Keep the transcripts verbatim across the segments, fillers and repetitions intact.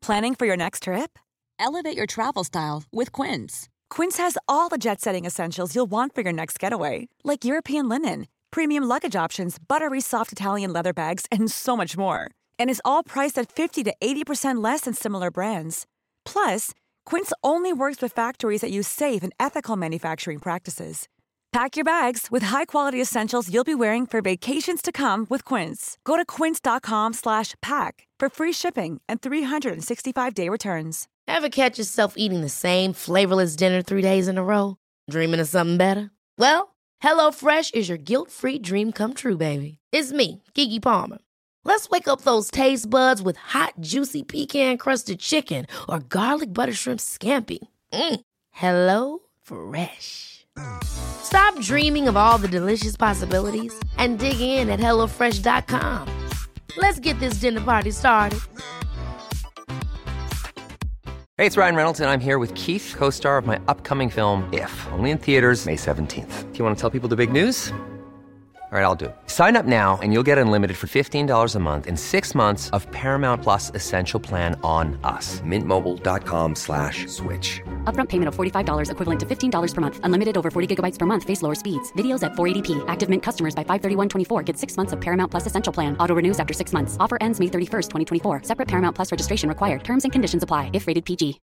Planning for your next trip? Elevate your travel style with Quince. Quince has all the jet-setting essentials you'll want for your next getaway, like European linen, premium luggage options, buttery soft Italian leather bags, and so much more. And is all priced at fifty to eighty percent less than similar brands. Plus, Quince only works with factories that use safe and ethical manufacturing practices. Pack your bags with high-quality essentials you'll be wearing for vacations to come with Quince. Go to quince.com slash pack for free shipping and three sixty-five day returns. Ever catch yourself eating the same flavorless dinner three days in a row? Dreaming of something better? Well, HelloFresh is your guilt-free dream come true, baby. It's me, Keke Palmer. Let's wake up those taste buds with hot, juicy pecan-crusted chicken or garlic butter shrimp scampi. Mm. Hello Fresh. Stop dreaming of all the delicious possibilities and dig in at hello fresh dot com. Let's get this dinner party started. Hey, it's Ryan Reynolds, and I'm here with Keith, co-star of my upcoming film, If, only in theaters May seventeenth. Do you want to tell people the big news? All right, I'll do it. Sign up now and you'll get unlimited for fifteen dollars a month and six months of Paramount Plus Essential Plan on us. Mint Mobile dot com slash switch. Upfront payment of forty-five dollars equivalent to fifteen dollars per month. Unlimited over forty gigabytes per month. Face lower speeds. Videos at four eighty p. Active Mint customers by five thirty-one twenty-four get six months of Paramount Plus Essential Plan. Auto renews after six months. Offer ends May thirty-first, twenty twenty-four. Separate Paramount Plus registration required. Terms and conditions apply if rated P G.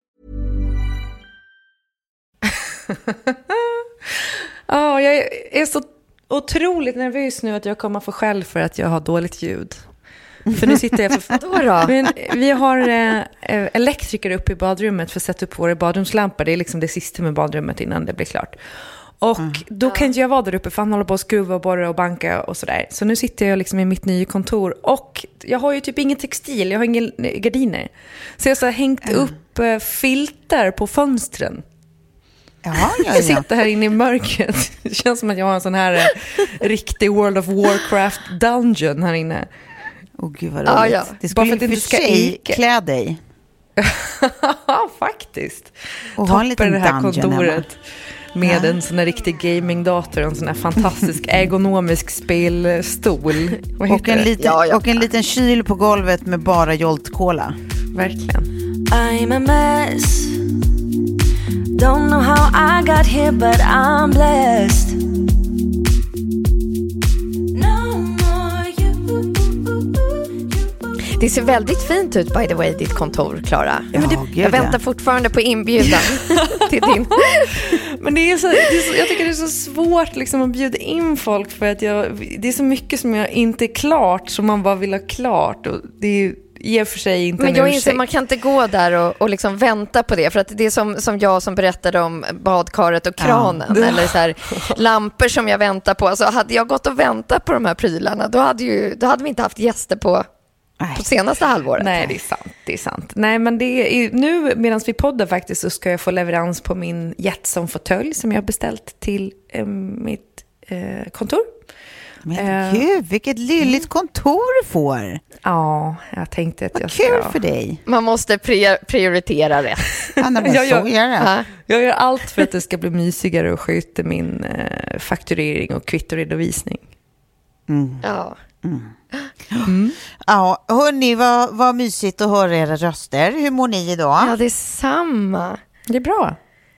Ja, oh, jag är så otroligt nervös nu att jag kommer få skäll för att jag har dåligt ljud. För nu sitter jag för... då då? Men vi har eh, elektriker uppe i badrummet för att sätta upp våra badrumslampor. Det är liksom det sista med badrummet innan det blir klart. Och mm. då kan inte jag vara där uppe för han håller på att skruva och borra och banka och sådär. Så nu sitter jag liksom i mitt nya kontor och jag har ju typ ingen textil, jag har ingen gardiner. Så jag har hängt mm. upp eh, filter på fönstren. Ja, ja, ja. Jag sitter här inne i mörkret. Det känns som att jag har en sån här eh, riktig World of Warcraft dungeon här inne. Åh oh, gud vad roligt. Ja, ja. Det skulle för, för inte ska klä dig. Ja, faktiskt. Och ha en liten det här dungeon kontoret hemma. Med ja. en sån här riktig gamingdator och en sån här fantastisk ergonomisk spelstol. Och en, liten, ja, ja. och en liten kyl på golvet med bara Jolt-cola. Verkligen. I'm a mess. Don't know how I got here, but I'm blessed. No more you. Det ser väldigt fint ut, by the way, ditt kontor, Klara. Ja, det, jag väntar fortfarande på inbjudan till din. Men det är så, det är så, jag tycker det är så svårt liksom, att bjuda in folk för att jag, det är så mycket som jag inte är klart som man bara vill ha klart. Och det är i och för sig inte. Men jag inser, man kan inte gå där och, och liksom vänta på det. För att det är som, som jag som berättade om badkaret och kranen. Ja. Eller så här, lampor som jag väntar på. Alltså hade jag gått och väntat på de här prylarna, då hade, ju, då hade vi inte haft gäster på, på senaste halvåret. Nej, det är sant. Det är sant. Nej, men det är, nu medan vi poddar faktiskt så ska jag få leverans på min Jetson-fåtölj som jag har beställt till eh, mitt eh, kontor. Men gud, vilket lilligt kontor du får. Ja, jag tänkte att vad jag ska... kul för dig. Man måste pre- prioritera rätt. Anna, men jag, så gör, är det. Jag gör allt för att det ska bli mysigare och sköta min eh, fakturering och kvittoredovisning. Mm. Ja. Mm. Mm. Ja, hörni, vad, vad mysigt att höra era röster. Hur mår ni idag? Ja, det är samma. Det är bra.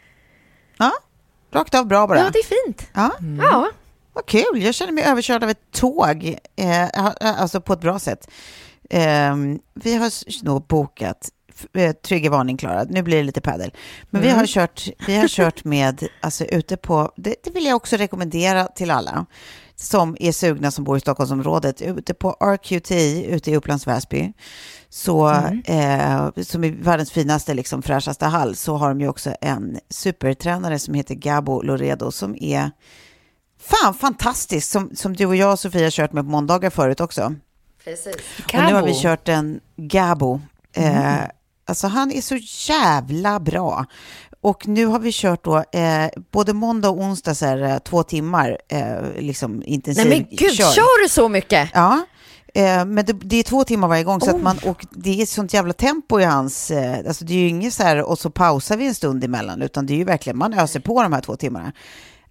Ja, rakt av bra bara. Ja, det är fint. Ja. Mm. Ja. Vad kul, jag känner mig överkörd av ett tåg, eh, alltså på ett bra sätt. Eh, vi har nog bokat, eh, trygga varning Klara, nu blir det lite paddel. Men mm. vi har kört, vi har kört med, alltså ute på, det, det vill jag också rekommendera till alla som är sugna som bor i Stockholmsområdet, ute på R Q T ute i Upplands Väsby. Så, mm. eh, som är världens finaste, liksom fräschaste hall, så har de ju också en supertränare som heter Gabo Loredo som är fan fantastisk, som, som du och jag och Sofia har kört med på måndagar förut också. Precis. Och nu har vi kört en Gabo. Mm. Eh, alltså han är så jävla bra. Och nu har vi kört då eh, både måndag och onsdag så här, två timmar eh, liksom intensiv. Nej men gud, kör, kör du så mycket? Ja. Eh, men det, det är två timmar varje gång. Oh. Så att man, och det är sånt jävla tempo i hans... Eh, alltså det är ju inget så här, och så pausar vi en stund emellan. Utan det är ju verkligen, man öser på de här två timmarna.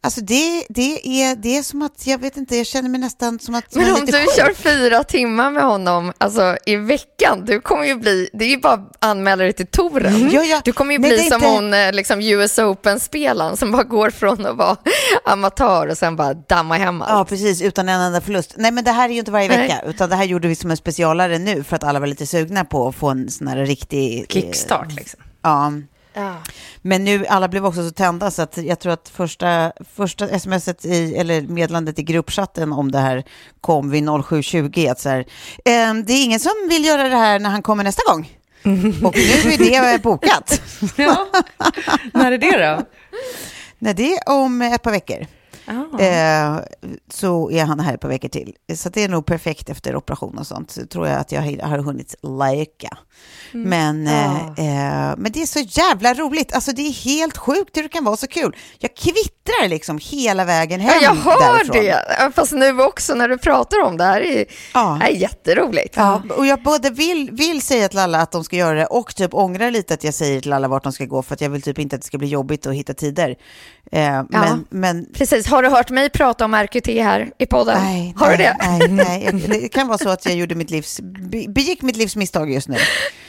Alltså det, det, är, det är som att, jag vet inte, jag känner mig nästan som att... Men om du sjuk. kör fyra timmar med honom alltså, i veckan, du kommer ju bli, det är ju bara att anmäla dig till touren. Mm. Ja, ja. Du kommer ju Nej, bli inte... som hon, liksom U S Open-spelaren som bara går från att vara amatör och sen bara damma hem allt. Ja, precis, utan en enda förlust. Nej, men det här är ju inte varje Nej. vecka, utan det här gjorde vi som en specialare nu för att alla var lite sugna på att få en sån här riktig... Kickstart liksom. Ja. Ja. Men nu, alla blev också så tända så att jag tror att första, första smset i, eller meddelandet i gruppchatten om det här kom vid noll sju tjugo att så här, ehm, det är ingen som vill göra det här när han kommer nästa gång. Och nu är det bokat. Ja. När är det då? Nej, det är om ett par veckor. Ah. Eh, så är han här ett par veckor till. Så det är nog perfekt efter operation och sånt. Så tror jag att jag har hunnit läka. Mm. Men, ah. eh, men det är så jävla roligt. Alltså det är helt sjukt hur det kan vara så kul. Jag kvittrar liksom hela vägen hem. Ja, jag hör därifrån. det. Fast nu också när du pratar om det här är, ja. är jätteroligt. Ja, och jag både vill, vill säga till alla att de ska göra det och typ ångrar lite att jag säger till alla vart de ska gå för att jag vill typ inte att det ska bli jobbigt att hitta tider. Eh, ja. men, men... Precis, har du hört mig prata om R Q T här i podden? Nej, har nej, du det? Nej, nej. Det kan vara så att jag gjorde mitt livs, begick mitt livs misstag just nu.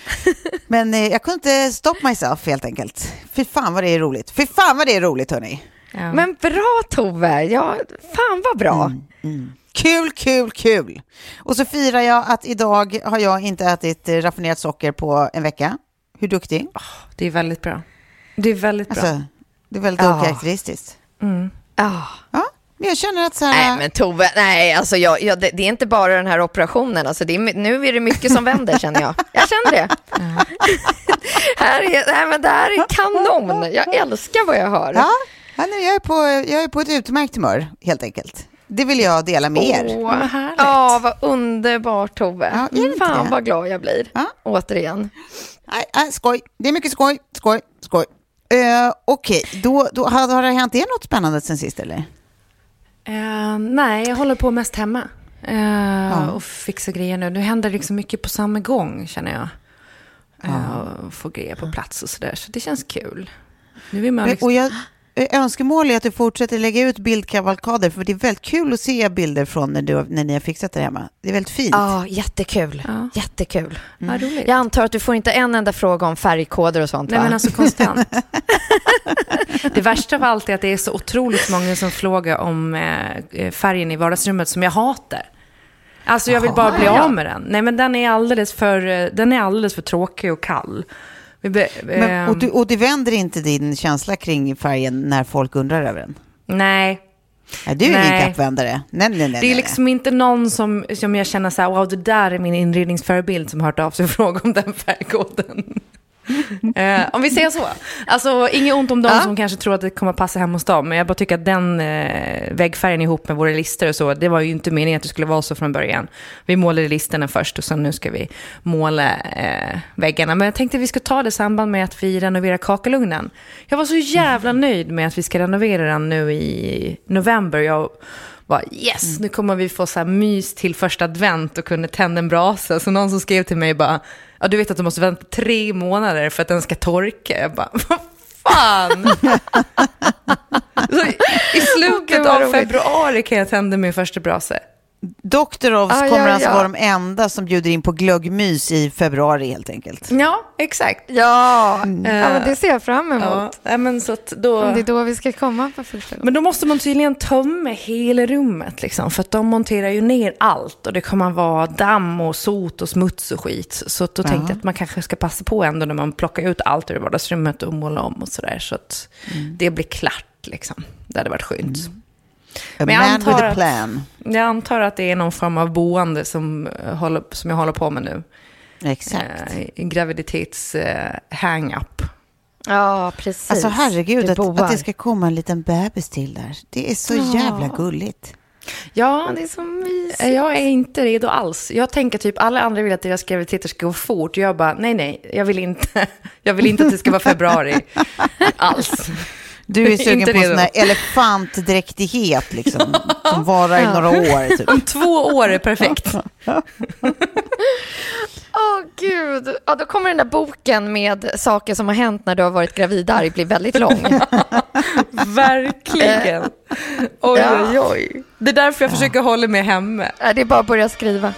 Men eh, jag kunde inte stop myself helt enkelt. Fy fan vad det är roligt. Fy fan vad det är roligt, hörni. Ja. Men bra Tove, ja, fan vad bra. Mm, mm. Kul, kul, kul. Och så firar jag att idag har jag inte ätit raffinerat socker på en vecka. Hur duktig? Oh, det är väldigt bra. Det är väldigt bra. Alltså, det är väldigt oh. okaraktäristiskt. Mm. Oh. Ja, men jag känner att så här... Nej, men Tove, nej, alltså jag, jag, det, det är inte bara den här operationen. Alltså det är, nu är det mycket som vänder, känner jag. Jag känner det. Mm. här är, nej, men det här är kanon. Jag älskar vad jag hör. Ja, ja nu, jag, är på, jag är på ett utmärkt humör, helt enkelt. Det vill jag dela med er. Åh, vad härligt. Ja, vad underbart, Tove. Ja, fan det? vad glad jag blir. Ja? Återigen. Nej, nej, skoj. Det är mycket skoj. Skoj, skoj. Uh, Okej, okay. då, då har, har det hänt er något spännande sen sist, eller? Uh, nej, jag håller på mest hemma. Uh, ja. Och fixar grejer nu. Nu händer liksom mycket på samma gång, känner jag. Uh, ja. Och få grejer på plats och sådär. Så det känns kul. Nu är man liksom... Och jag... Önskemål är att du fortsätter lägga ut bildkavalkader för det är väldigt kul att se bilder från när, du, när ni har fixat det hemma. Det är väldigt fint. Ja, jättekul. Ja. Jättekul. Mm. Ja, jag antar att du får inte en enda fråga om färgkoder och sånt, Nej, va? men alltså konstant. Det värsta av allt är att det är så otroligt många som frågar om eh, färgen i vardagsrummet som jag hatar. Alltså jag vill bara bli av med den. Nej, men den är alldeles för, den är alldeles för tråkig och kall. Be, Men, och, du, och du vänder inte din känsla kring färgen när folk undrar över den? Nej. Ja, du är nej. ingen kappvändare. Nej, nej, nej, det är liksom nej. inte någon som, som jag känner så här, wow, det där är min inredningsförebild som har hört av sig och frågat om den färgkoden. eh, om vi säger så. Alltså, inget ont om dem ja. som kanske tror att det kommer att passa hem hos dem. Men jag bara tycker att den eh, väggfärgen ihop med våra listor och så, det var ju inte meningen att det skulle vara så från början. Vi målade listorna först och sen nu ska vi måla eh, väggarna. Men jag tänkte att vi ska ta det i samband med att vi renoverar kakelugnen. Jag var så jävla nöjd med att vi ska renovera den nu i november. Jag bara, yes, mm. nu kommer vi få så här mys till första advent och kunna tända en brasa. Så någon som skrev till mig bara, ja, du vet att du måste vänta tre månader för att den ska torka. Jag bara, vad fan? Så i slutet av februari kan jag tända min första brasa. Doctorows ah, kommer ja, alltså ja. vara de enda som bjuder in på glöggmys i februari helt enkelt. Ja, exakt. Ja, mm. ja men det ser jag fram emot. Ja, men så att då... Om det är då vi ska komma på första gången. Men då måste man tydligen tömma hela rummet liksom, för att de monterar ju ner allt och det kommer vara damm och sot och smuts och skit. Så att då ja. tänkte jag att man kanske ska passa på ändå när man plockar ut allt ur vardagsrummet och målar om och sådär, så att mm. det blir klart liksom. Det hade varit skynt. Mm. Men jag antar, with a plan. Att, jag antar att det är någon form av boende som, håller, som jag håller på med nu. Exakt. Eh, graviditets eh, hang-up. Ja, precis. Alltså herregud, det att, att det ska komma en liten bebis till där. Det är så ja. jävla gulligt. Ja, det är så mysigt. Jag är inte redo alls. Jag tänker typ, alla andra vill att deras graviditeter ska gå fort. Jag bara, nej, nej, jag vill inte. Jag vill inte att det ska vara februari. Alls. Du är sugen på sån här elefantdräktighet liksom, som varar i några år. Typ. Om två år är perfekt. Åh oh, gud. Ja, då kommer den där boken med saker som har hänt när du har varit gravid där blir väldigt lång. Verkligen. Oj, oj, oj. Det är därför jag försöker hålla mig hemma. Det är bara att börja skriva.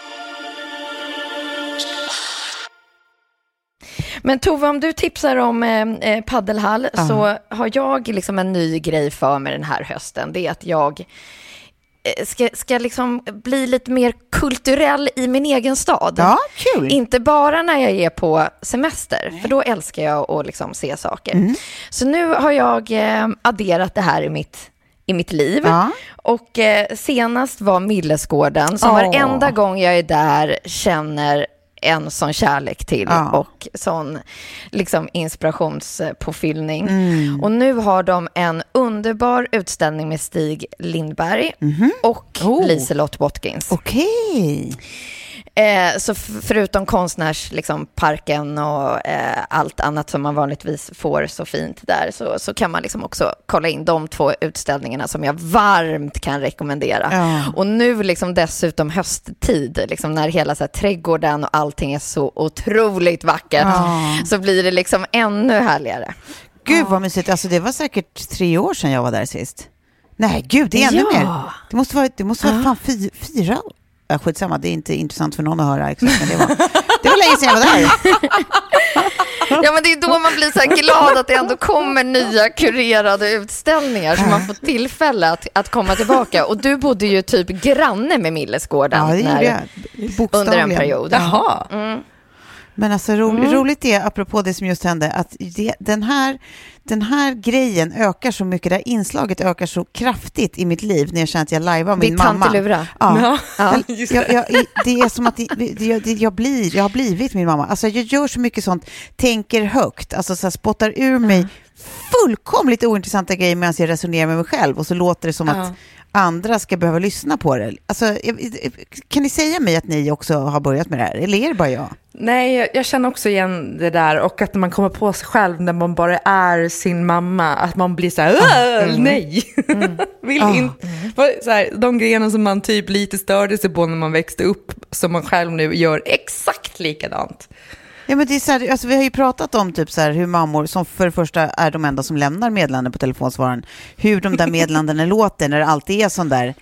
Men Tove, om du tipsar om eh, paddelhall uh. så har jag liksom en ny grej för mig den här hösten. Det är att jag eh, ska, ska liksom bli lite mer kulturell i min egen stad. Ja, kul. Inte bara när jag är på semester, Nej. för då älskar jag att liksom se saker. Mm. Så nu har jag eh, adderat det här i mitt, i mitt liv. Ja. Och eh, senast var Millesgården, som oh. varenda gång jag är där känner en sån kärlek till ja. och sån liksom inspirationspåfyllning. Mm. Och nu har de en underbar utställning med Stig Lindberg mm-hmm. och oh. Liselott Watkins. Okej. Okay. Eh, så f- förutom konstnärs liksom, parken och eh, allt annat som man vanligtvis får så fint där, så, så kan man liksom också kolla in de två utställningarna som jag varmt kan rekommendera. Ja. Och nu liksom dessutom hösttid, liksom, när hela så här, trädgården och allting är så otroligt vackert, ja. så blir det liksom ännu härligare. Gud vad mysigt, alltså det var säkert tre år sedan jag var där sist. Nej gud, det är ännu ja. mer. Det måste vara, det måste vara ja. fan fy, fyra år. Ja, skitsamma, det är inte intressant för någon att höra exakt, men det var, det var länge sedan jag var där. Ja, men det är då man blir så här glad att det ändå kommer nya kurerade utställningar så man får tillfälle att, att komma tillbaka. Och du bodde ju typ granne med Millesgården, ja, när, under en period. Jaha. Mm. Men alltså ro, mm. roligt är, apropå det som just hände, att det, den, här, den här grejen ökar så mycket, det här inslaget ökar så kraftigt i mitt liv när jag känner att jag lajvar min mamma. Ditt tantelura. Ja. Ja. Jag, jag, jag, det är som att det, det, jag, blir, jag har blivit min mamma. Alltså jag gör så mycket sånt, tänker högt, alltså så här, spottar ur mig mm. fullkomligt ointressanta grejer medan jag resonerar med mig själv och så låter det som ja. att andra ska behöva lyssna på det. Alltså, kan ni säga mig att ni också har börjat med det här? Eller är det bara jag? Nej, jag, jag känner också igen det där. Och att man kommer på sig själv när man bara är sin mamma. Att man blir så här, mm. nej. Mm. Vill oh. inte. Så här, de grejerna som man typ lite störde sig på när man växte upp. Som man själv nu gör exakt likadant. Ja, men det är så här, alltså vi har ju pratat om typ så här, hur mammor, som för det första är de enda som lämnar meddelanden på telefonsvararen, hur de där meddelandena låter när det alltid är sån där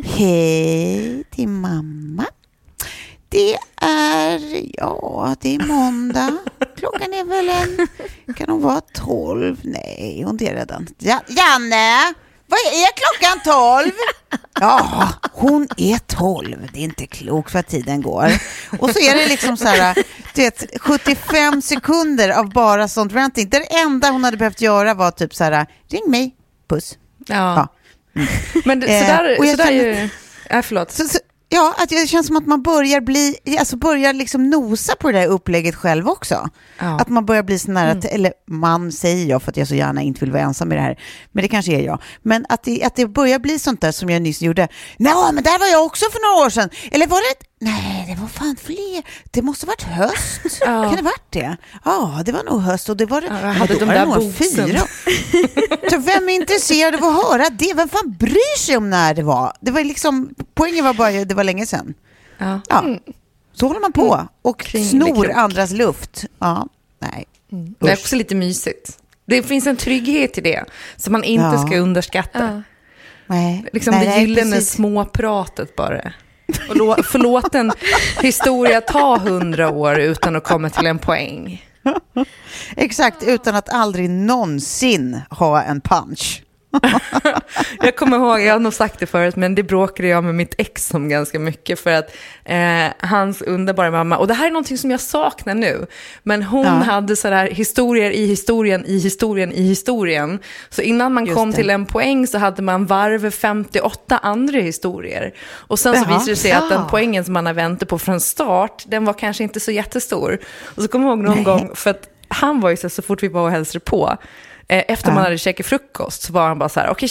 hej till mamma. Det är, ja, det är måndag. Klockan är väl en, kan hon vara tolv? Nej, hon är redan. Ja, Janne! Vad är klockan tolv? Ja, hon är tolv. Det är inte klokt för att tiden går. Och så är det liksom så här, du vet, sjuttiofem sekunder av bara sånt ranting. Det enda hon hade behövt göra var typ så här, ring mig, puss. Ja. ja. Mm. Men så där, eh, så där är ju... Äh, förlåt. Så, så, ja, att det känns som att man börjar bli, alltså börjar liksom nosa på det där upplägget själv också. Ja. Att man börjar bli sån här, mm. eller man säger jag för att jag så gärna inte vill vara ensam med det här. Men det kanske är jag. Men att det, att det börjar bli sånt där som jag nyss gjorde. Nej, men där var jag också för några år sedan. Eller var det, nej, det var fan fler. Det måste ha varit höst. Ja. Kan det varit det? Ja, det var nog höst och det var, ja, hade då de var där det nog fyra. Så vem är intresserad av att höra det? Vem fan bryr sig om när det var? Det var liksom, poängen var bara, det var länge sedan. Ja. Ja. Så håller man på och snor andras luft. Ja, nej. Mm. Det är också lite mysigt. Det finns en trygghet i det som man inte ja. ska underskatta. Ja. Nej. Liksom nej, det gyllene småpratet bara. Och lo- förlåt en historia ta hundra år utan att komma till en poäng. Exakt, utan att aldrig någonsin ha en punch. Jag kommer ihåg, jag har nog sagt det förut, men det bråkade jag med mitt ex om ganska mycket för att eh, hans underbara mamma, och det här är någonting som jag saknar nu, men hon ja. hade sådär historier i historien, i historien, i historien. Så innan man Just kom det. till en poäng så hade man varv femtioåtta andra historier. Och sen så Jaha. visade det sig ja. att den poängen som man har väntat på från start, den var kanske inte så jättestor. Och så kommer jag ihåg någon Nej. gång, för att han var ju så, så fort vi var och hälsade på, efter man hade käkat frukost så var han bara så här, okej Karo,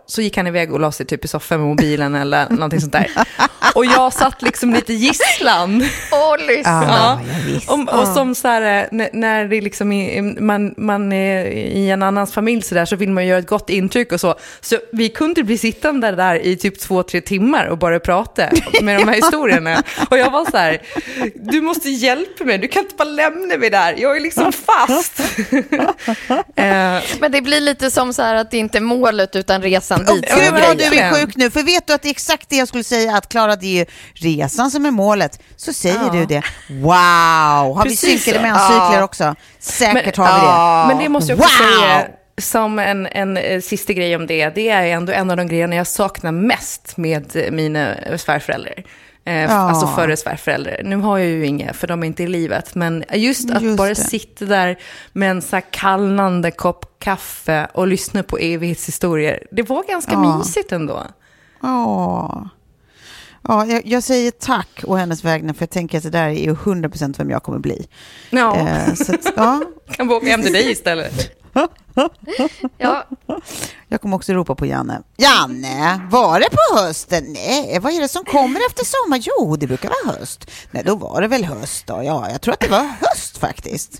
så gick han iväg och la sig typ i soffan med mobilen eller någonting sånt där. Och jag satt liksom lite gisslan. Åh, lyssna. Ja, och, och som så här, när, när det liksom är, man, man är i en annans familj så där, så vill man göra ett gott intryck och så. Så vi kunde bli sittande där i typ två, tre timmar och bara prata med de här historierna. Och jag var så här, du måste hjälpa mig, du kan inte bara lämna mig där. Jag är liksom fast. Men det blir lite som så här att det inte är målet utan resan dit. Oh, Gud vad du är sjuk nu, för vet du att det är exakt det jag skulle säga, att Klara, det är ju resan som är målet, så säger ja. du det. Wow, har Precis. vi synkade menscykler ja. också? Säkert men, har vi det. Ja. Men det måste jag också wow. säga som en, en sista grej om det, det är ändå en av de grejerna jag saknar mest med mina svärföräldrar. Eh, ja. Alltså före svärföräldrar. Nu har jag ju inga, för de är inte i livet. Men just att just bara det. sitta där med en så här kallnande kopp kaffe och lyssna på evighetshistorier. Det var ganska ja. mysigt ändå. Ja. Ja, jag, jag säger tack och hennes vägnar, för jag tänker att det där är ju hundra procent vem jag kommer bli. Ja. Eh, så att, ja. Kan vi åka hem till dig istället? Ja. Jag kommer också ropa på Janne. Janne, var det på hösten? Nej, vad är det som kommer efter sommar? Jo, det brukar vara höst. Nej, då var det väl höst då. Ja, jag tror att det var höst faktiskt.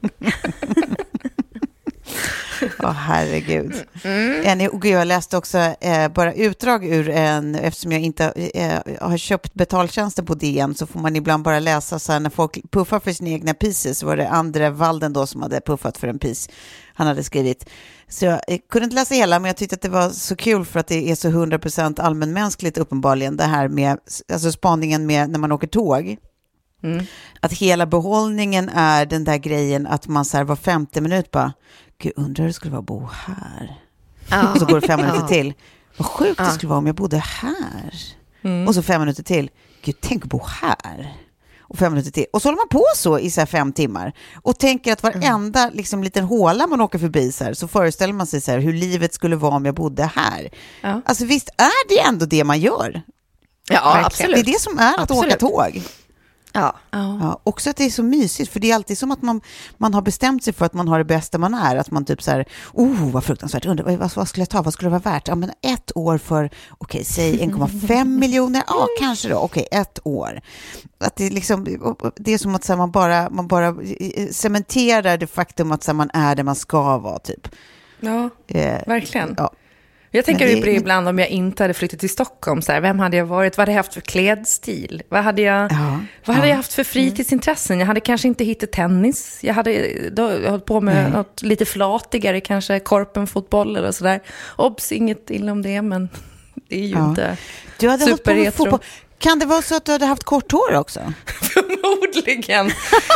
Åh, oh, herregud. Mm. Och jag läste också eh, bara utdrag ur en, eftersom jag inte eh, har köpt betaltjänster på D N, så får man ibland bara läsa så här, när folk puffar för sina egna pieces, så var det Andre Walden då som hade puffat för en piece han hade skrivit. Så jag eh, kunde inte läsa hela, men jag tyckte att det var så kul för att det är så hundra procent allmänmänskligt uppenbarligen, det här med, alltså spaningen med när man åker tåg. Mm. Att hela behållningen är den där grejen att man så här var femte minut bara, gud, undrar hur det skulle vara att bo här. Ah. Och så går det fem minuter ah. till. Vad sjukt ah. det skulle vara om jag bodde här. Mm. Och så fem minuter till. Gud, tänk att bo här. Och fem minuter till. Och så håller man på så i så här fem timmar. Och tänker att varenda mm. liksom, liten håla man åker förbi så här, så föreställer man sig så här, hur livet skulle vara om jag bodde här. Ja. Alltså visst är det ändå det man gör? Ja, absolut. Det är det som är att absolut. åka tåg. Ja. Ja, också att det är så mysigt, för det är alltid som att man, man har bestämt sig för att man har det bästa man är, att man typ så här, oh vad fruktansvärt, undrar, vad, vad skulle jag ta, vad skulle det vara värt? Ja, men ett år för, okej, okay, säg en komma fem miljoner, ja kanske då, okej, okay, ett år. Att det, liksom, det är som att så här, man, bara, man bara cementerar det faktum att så här, man är där man ska vara typ. Ja, eh, verkligen. Ja. Jag tänker det, på det ibland om jag inte hade flyttat till Stockholm. Så här, vem hade jag varit? Vad hade jag haft för klädstil? Vad hade jag, ja, vad hade ja. jag haft för fritidsintressen? Jag hade kanske inte hittat tennis. Jag hade då, hållit på med Nej. något lite flatigare, kanske korpenfotboll eller sådär. Obs, inget illa om det, men det är ju ja. inte du hade superretro. Kan det vara så att du hade haft kort hår också? Förmodligen.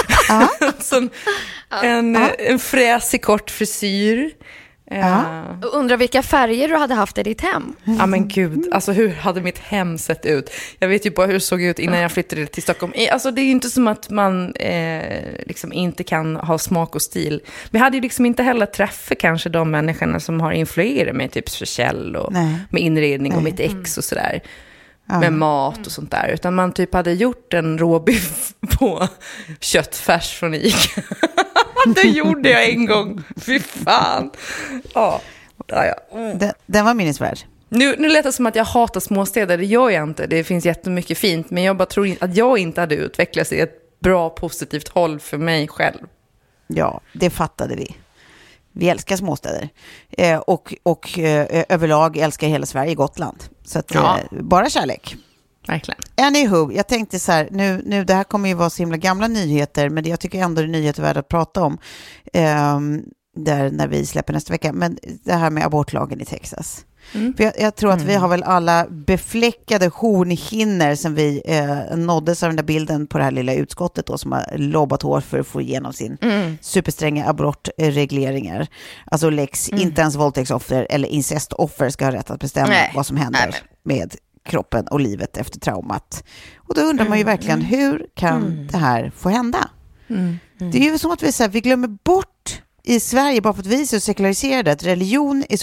Som en, en fräsig kort frisyr. Ja. Och undrar vilka färger du hade haft i ditt hem. Ja men gud, alltså hur hade mitt hem sett ut? Jag vet ju bara hur det såg ut innan jag flyttade till Stockholm. Alltså det är ju inte som att man eh, liksom inte kan ha smak och stil. Vi hade ju liksom inte heller träffat kanske de människorna som har influerat mig, typ för Kjell och Nej. med inredning och Nej. mitt ex och sådär. Mm. Med mat och sånt där. Utan man typ hade gjort en råbiff på köttfärs från Ica. Det gjorde jag en gång. Fy fan. Ja. Ja, ja. Mm. Den, den var minnesvärd. Nu, nu lät det som att jag hatar småstäder. Det gör jag inte. Det finns jättemycket fint. Men jag bara tror att jag inte hade utvecklats i ett bra, positivt håll för mig själv. Ja, det fattade vi. Vi älskar småstäder. Eh, och och eh, överlag älskar hela Sverige Gotland. Så att, ja. eh, bara kärlek. Verkligen. Anywho, jag tänkte så här, nu, nu det här kommer ju vara så himla gamla nyheter, men det, jag tycker ändå det är nyheter värda att prata om. Eh, där när vi släpper nästa vecka. Men det här med abortlagen i Texas. Mm. För jag, jag tror att mm. vi har väl alla befläckade hornhinnor som vi eh, nåddes av den där bilden på det här lilla utskottet då, som har lobbat hårt för att få igenom sin mm. superstränga abortregleringar. Alltså läx, mm. inte ens våldtäktsoffer eller incestoffer ska ha rätt att bestämma Nej. vad som händer Nej. med kroppen och livet efter traumat. Och då undrar mm. man ju verkligen, hur kan mm. det här få hända? Mm. Mm. Det är ju som att vi, så här, vi glömmer bort i Sverige, bara för att vi är så sekulariserade, att religion är så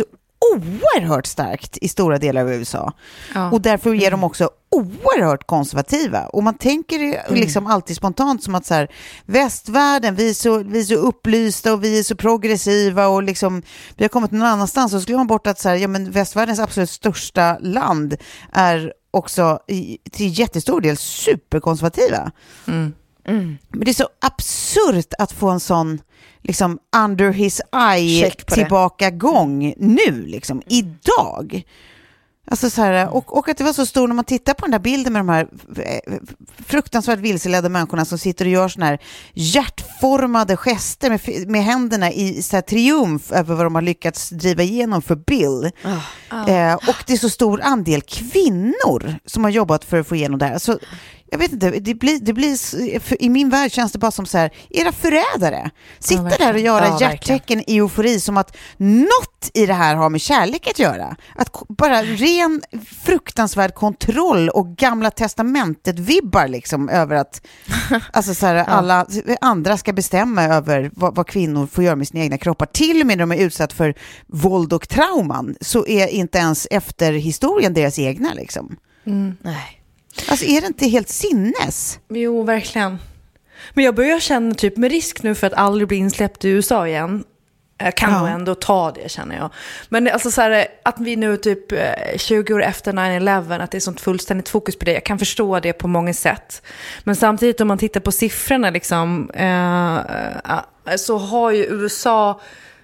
oerhört starkt i stora delar av U S A. Ja. Och därför är de också oerhört konservativa. Och man tänker liksom mm. alltid spontant som att så här, västvärlden, vi är, så, vi är så upplysta och vi är så progressiva och liksom, vi har kommit någon annanstans. Och så skulle man bort att så här, ja, men västvärldens absolut största land är också i, till jättestor del superkonservativa. Mm. Mm. Men det är så absurt att få en sån liksom under his eye tillbaka gång nu liksom, idag. Alltså så här, och, och att det var så stor när man tittar på den där bilden med de här fruktansvärt vilseledda människorna som sitter och gör såna här hjärtformade gester med, med händerna i så här triumf över vad de har lyckats driva igenom för Bill. Oh. Oh. Eh, och det är så stor andel kvinnor som har jobbat för att få igenom det här. Alltså, jag vet inte, det blir, det blir i min värld känns det bara som så här, era förrädare sitter ja, där och gör ja, hjärttecken i eufori som att något i det här har med kärlek att göra. Att bara ren fruktansvärd kontroll och gamla testamentet vibbar liksom över att alltså så här, ja. alla andra ska bestämma över vad, vad kvinnor får göra med sina egna kroppar. Till och med när de är utsatt för våld och trauman så är inte ens efter historien deras egna liksom. Mm. Nej. Alltså är det inte helt sinnes? Jo, verkligen. Men jag börjar känna typ med risk nu för att aldrig bli insläppt i U S A igen. Jag kan ja. nog ändå ta det, känner jag. Men alltså så här, att vi nu typ tjugo år efter nine eleven, att det är sånt fullständigt fokus på det. Jag kan förstå det på många sätt. Men samtidigt om man tittar på siffrorna liksom, eh, så har ju U S A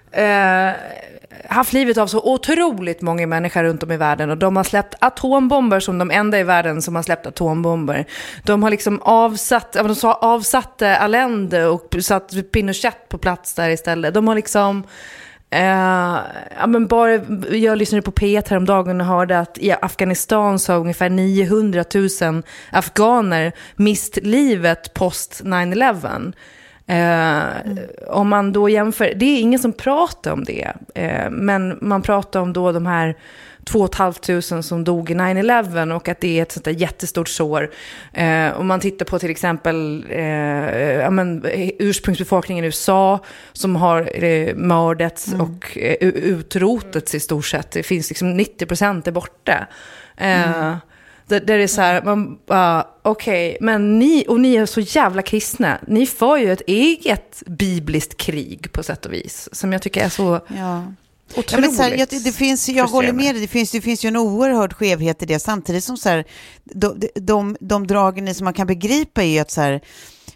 eh, haft livet av så otroligt många människor runt om i världen, och de har släppt atombomber som de enda i världen som har släppt atombomber. De har liksom avsatt, de sa avsatte Allende och satt Pinochet på plats där istället. De har liksom eh, ja, men bara, jag lyssnade på P ett häromdagen och hörde att i Afghanistan så har ungefär niohundratusen afghaner mist livet post nine eleven. Eh, mm. Om man då jämför, det är ingen som pratar om det, eh, men man pratar om då de här två och ett halvt tusen som dog i nine eleven och att det är ett sånt där jättestort sår. Eh, om man tittar på till exempel eh, ja, men, ursprungsbefolkningen i U S A som har eh, mördats mm. och eh, utrotats i stort sett. Det finns liksom nittio procent är borta. Eh, mm. Där det är så här, man uh, okej, okay, men ni, och ni är så jävla kristna. Ni får ju ett eget bibliskt krig på sätt och vis, som jag tycker är så ja. otroligt. Ja, men så här, jag, det finns, jag håller med dig, det finns, det finns ju en oerhörd skevhet i det, samtidigt som så här, de, de, de, de dragen som man kan begripa är ju att så här,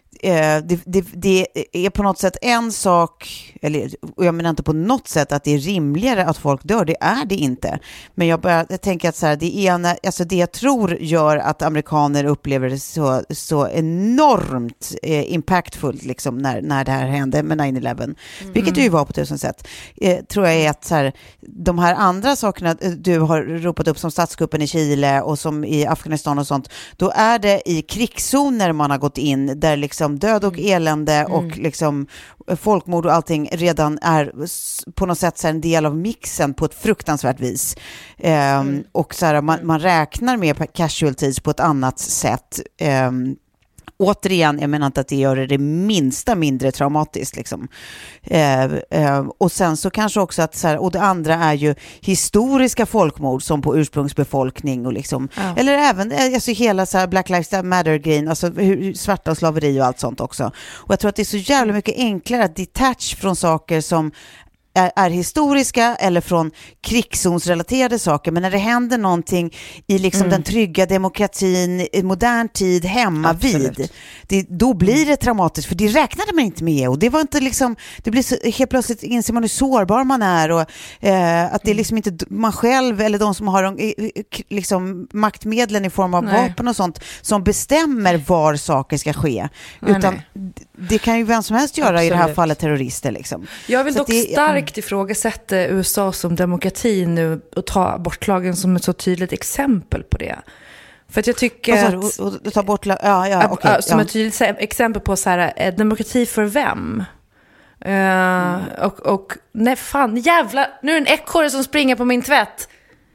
Eh, det, det, det är på något sätt en sak, eller jag menar inte på något sätt att det är rimligare att folk dör, det är det inte, men jag, bara, jag tänker att så här, det ena, alltså det jag tror gör att amerikaner upplever det så, så enormt eh, impactfullt liksom när, när det här hände med nine eleven, mm. vilket det ju var på tusen sätt, eh, tror jag är att så här, de här andra sakerna du har ropat upp som statskuppen i Chile och som i Afghanistan och sånt, då är det i krigszoner man har gått in där liksom död och elände mm. och liksom folkmord och allting redan är på något sätt så en del av mixen på ett fruktansvärt vis. Um, mm. Och så här, man, man räknar med casualties på ett annat sätt. Um, Återigen, jag menar inte att det gör det minsta mindre traumatiskt liksom. Eh, eh, och sen så kanske också att så här, och det andra är ju historiska folkmord som på ursprungsbefolkning och liksom, ja. Eller även alltså hela så här Black Lives Matter-grejen, alltså hur, svarta och slaveri och allt sånt också. Och jag tror att det är så jävla mycket enklare att detach från saker som är, är historiska eller från krigszonsrelaterade saker, men när det händer någonting i liksom mm. den trygga demokratin i modern tid hemma Absolut. vid, det, då blir det traumatiskt, för det räknade man inte med, och det var inte liksom, det blir så, helt plötsligt inser man hur sårbar man är, och eh, att det är liksom inte man själv eller de som har de, liksom maktmedlen i form av Nej. vapen och sånt som bestämmer var saker ska ske, nej, utan nej. det kan ju vem som helst göra. Absolut. I det här fallet terrorister liksom. Jag vill så dock det, starkt ifrågasätta U S A som demokrati nu och ta abortlagen som ett så tydligt exempel på det. För att jag tycker att, och, och, ta bort la- ja, ja, okay, som ja. ett tydligt exempel på så här, demokrati för vem? Uh, mm. och, och nej fan, jävla, nu är det en ekorre som springer på min tvätt.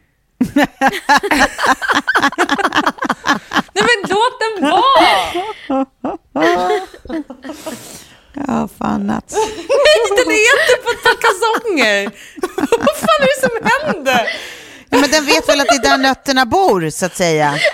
Nej men låt den vara. Ja, fan att. Nej, den är inte på ett par kalsonger. Vad fan är det som händer? Ja, men den vet väl att det är där nötterna bor, så att säga. Nej,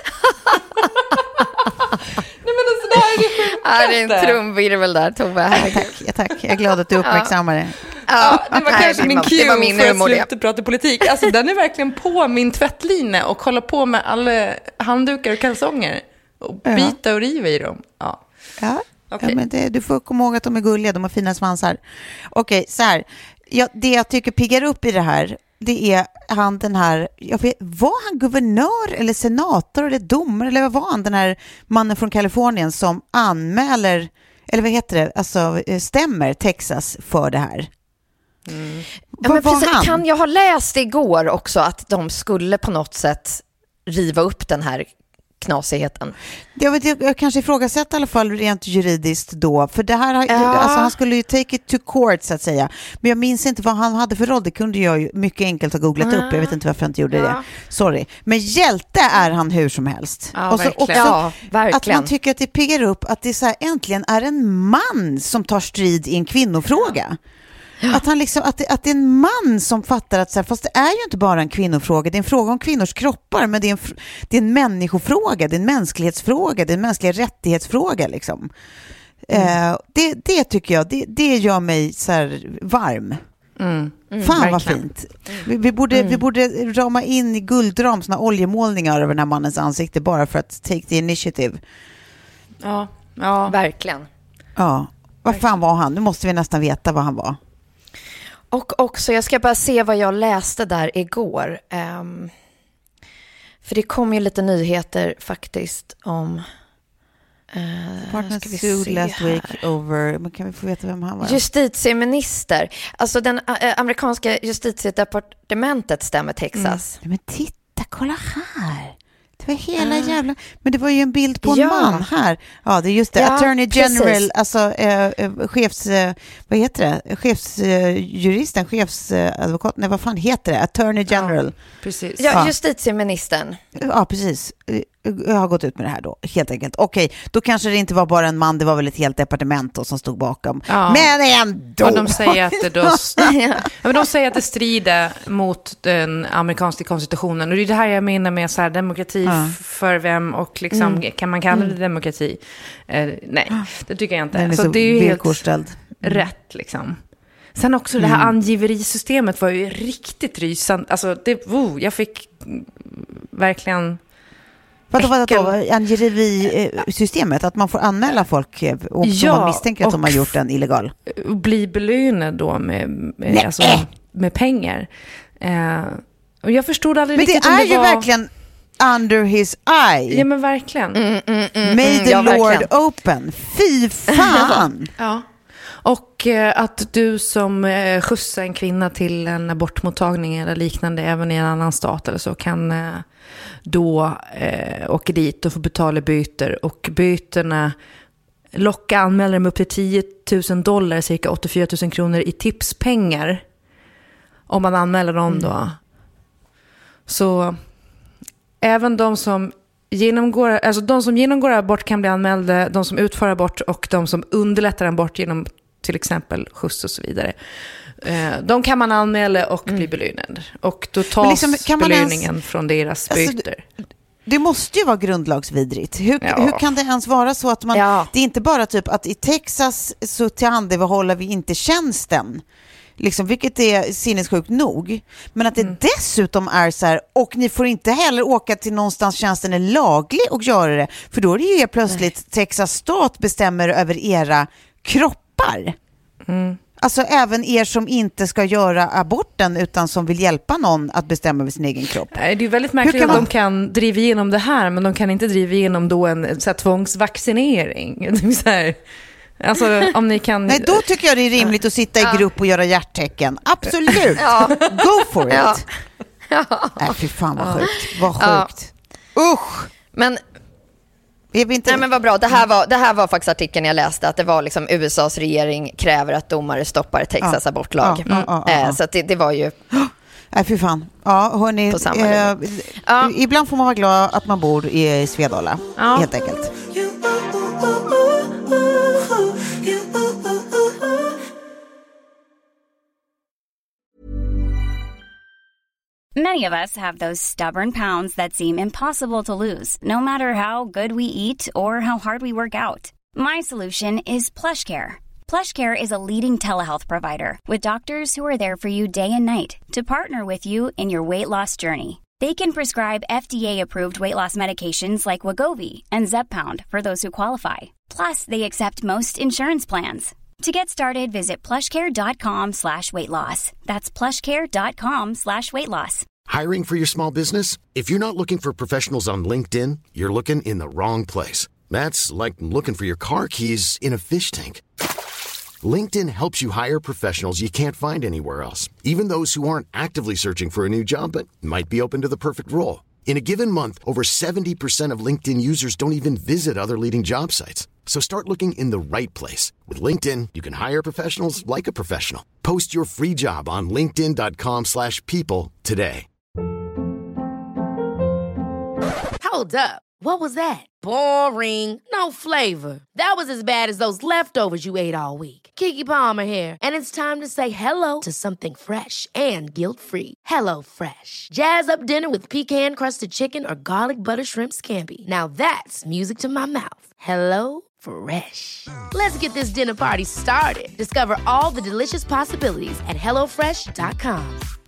men alltså, det här är det sjukaste. Ja, det är en trumvirvel där, Tove. Tack, ja, tack. Jag är glad att du uppmärksammar det. Ja, det var kanske min cue det var min för att humor, sluta prata politik. Alltså, den är verkligen på min tvättline och hålla på med alla handdukar och kalsonger. Och bita och riva i dem. Ja, ja. Okay. Ja, men det, du får komma ihåg att de är gulliga, de har fina svansar. Okej, så här. Ja, det jag tycker piggar upp i det här, det är han den här, jag vet, var han guvernör eller senator eller domare, eller vad var han, den här mannen från Kalifornien som anmäler, eller vad heter det, alltså stämmer Texas för det här? Mm. Ja, men precis, kan jag ha läst igår också att de skulle på något sätt riva upp den här knasigheten? Jag, vet, jag, jag kanske ifrågasätter i alla fall rent juridiskt då, för det här, ja. alltså han skulle ju take it to court så att säga, men jag minns inte vad han hade för roll, det kunde jag ju mycket enkelt ha googlat ja. upp, jag vet inte varför jag inte gjorde ja. det, sorry, men hjälte är han hur som helst. Ja, och så verkligen. också Ja, verkligen. Att man tycker att det piggar upp att det så här, äntligen är en man som tar strid i en kvinnofråga. Ja. Ja. Att, han liksom, att, det, att det är en man som fattar att så här, fast det är ju inte bara en kvinnofråga, det är en fråga om kvinnors kroppar, men det är en, det är en människofråga, det är en mänsklighetsfråga, det är en mänskliga rättighetsfråga liksom. Mm. Eh, det, det tycker jag, det, det gör mig så här varm. Mm. Mm, Fan verkligen. vad fint. Vi, vi, borde, mm. vi borde rama in i guldram såna oljemålningar över den här mannens ansikte bara för att take the initiative. Ja, ja. Verkligen. Ja, vad fan var han? Nu måste vi nästan veta vad han var. Och också, jag ska bara se vad jag läste där igår. Um, för det kom ju lite nyheter faktiskt om... Uh, Partner sued last week over... Men kan vi få veta vem han var? Justitieminister. Alltså den uh, amerikanska justitiedepartementet stämmer Texas. Mm. Men titta, kolla här. Det var hela uh. jävla... Men det var ju en bild på en ja. man här. Ja, det är just det. Ja, Attorney General, precis. alltså eh, chefs... Eh, vad heter det? Chefsjuristen, eh, chefsadvokat. Nej, vad fan heter det? Attorney General. Ja, precis. Ja, justitieministern. Ja, precis. Jag har gått ut med det här då, helt enkelt. Okej, då kanske det inte var bara en man, det var väl ett helt departement då, som stod bakom. Ja. Men ändå! Och de säger att det då ja, men de säger att det strider mot den amerikanska konstitutionen. Och det är det här jag menar med så här, demokrati ja. för vem och liksom, mm. kan man kalla det demokrati? Eh, nej, det tycker jag inte. Den är så, så det är ju helt mm. rätt liksom. Sen också det här mm. angiverisystemet var ju riktigt rysande. Alltså, det, oh, jag fick verkligen... Vadå, vadå, angiverisystemet? Att man får anmäla folk och ja, man misstänker att de har gjort en illegal. Och bli belönad då med, med, alltså, med pengar. Eh, och jag förstod aldrig men riktigt det om det är ju var... verkligen under his eye. Ja, men verkligen. Mm, mm, mm, May the ja, Lord verkligen. open. Fy fan! Ja. Och eh, att du som eh, skjutsar en kvinna till en abortmottagning eller liknande även i en annan stat eller så kan eh, då eh, åka dit och få betala byter. Och byterna locka anmälare med upp till tio tusen dollar, cirka åttiofyra tusen kronor i tipspengar om man anmäler dem mm. då. Så även de som genomgår, alltså de som genomgår abort kan bli anmälda, de som utför abort och de som underlättar abort genom till exempel skjuts och så vidare. De kan man anmäla och mm. bli belönad. Och då tas liksom, belöningen ens, från deras byter. Alltså, det, det måste ju vara grundlagsvidrigt. Hur, ja. hur kan det ens vara så att man... Ja. Det är inte bara typ att i Texas så tillhandahåller vi inte tjänsten. Liksom, vilket är sinnessjukt nog. Men att det mm. dessutom är så här, och ni får inte heller åka till någonstans tjänsten är laglig och göra det. För då är det ju plötsligt Nej. Texas stat bestämmer över era kroppar. Mm. Alltså även er som inte ska göra aborten utan som vill hjälpa någon att bestämma över sin egen kropp. Det är ju väldigt märkligt att man... de kan driva igenom det här, men de kan inte driva igenom då en så här, tvångsvaccinering. Så här. Alltså, om ni kan... Nej, då tycker jag det är rimligt att sitta i grupp och göra hjärttecken. Absolut. Ja. Go for it. Ja. Ja. Nej, fy fan vad sjukt. Vad sjukt. Ja. Usch. Men... Inte... Nej, men vad bra. Det här, var, det här var faktiskt artikeln jag läste, att det var liksom U S A:s regering kräver att domare stoppar Texas ja. abortlag. Ja, ja, ja, ja. Så att det, det var ju... Nej, fy fan. Ja, hörni, eh, ja. ibland får man vara glad att man bor i Svedala, ja. helt enkelt. Many of us have those stubborn pounds that seem impossible to lose, no matter how good we eat or how hard we work out. My solution is PlushCare. PlushCare is a leading telehealth provider with doctors who are there for you day and night to partner with you in your weight loss journey. They can prescribe F D A-approved weight loss medications like Wegovy and Zepbound for those who qualify. Plus, they accept most insurance plans. To get started, visit plushcare.com slash weight loss. That's plushcare.com slash weight loss. Hiring for your small business? If you're not looking for professionals on LinkedIn, you're looking in the wrong place. That's like looking for your car keys in a fish tank. LinkedIn helps you hire professionals you can't find anywhere else, even those who aren't actively searching for a new job but might be open to the perfect role. In a given month, over seventy percent of LinkedIn users don't even visit other leading job sites. So start looking in the right place. With LinkedIn, you can hire professionals like a professional. Post your free job on linkedin.com slash people today. Hold up. What was that? Boring. No flavor. That was as bad as those leftovers you ate all week. Keke Palmer here, and it's time to say hello to something fresh and guilt-free. Hello Fresh. Jazz up dinner with pecan-crusted chicken or garlic butter shrimp scampi. Now that's music to my mouth. Hello Fresh. Let's get this dinner party started. Discover all the delicious possibilities at hello fresh dot com.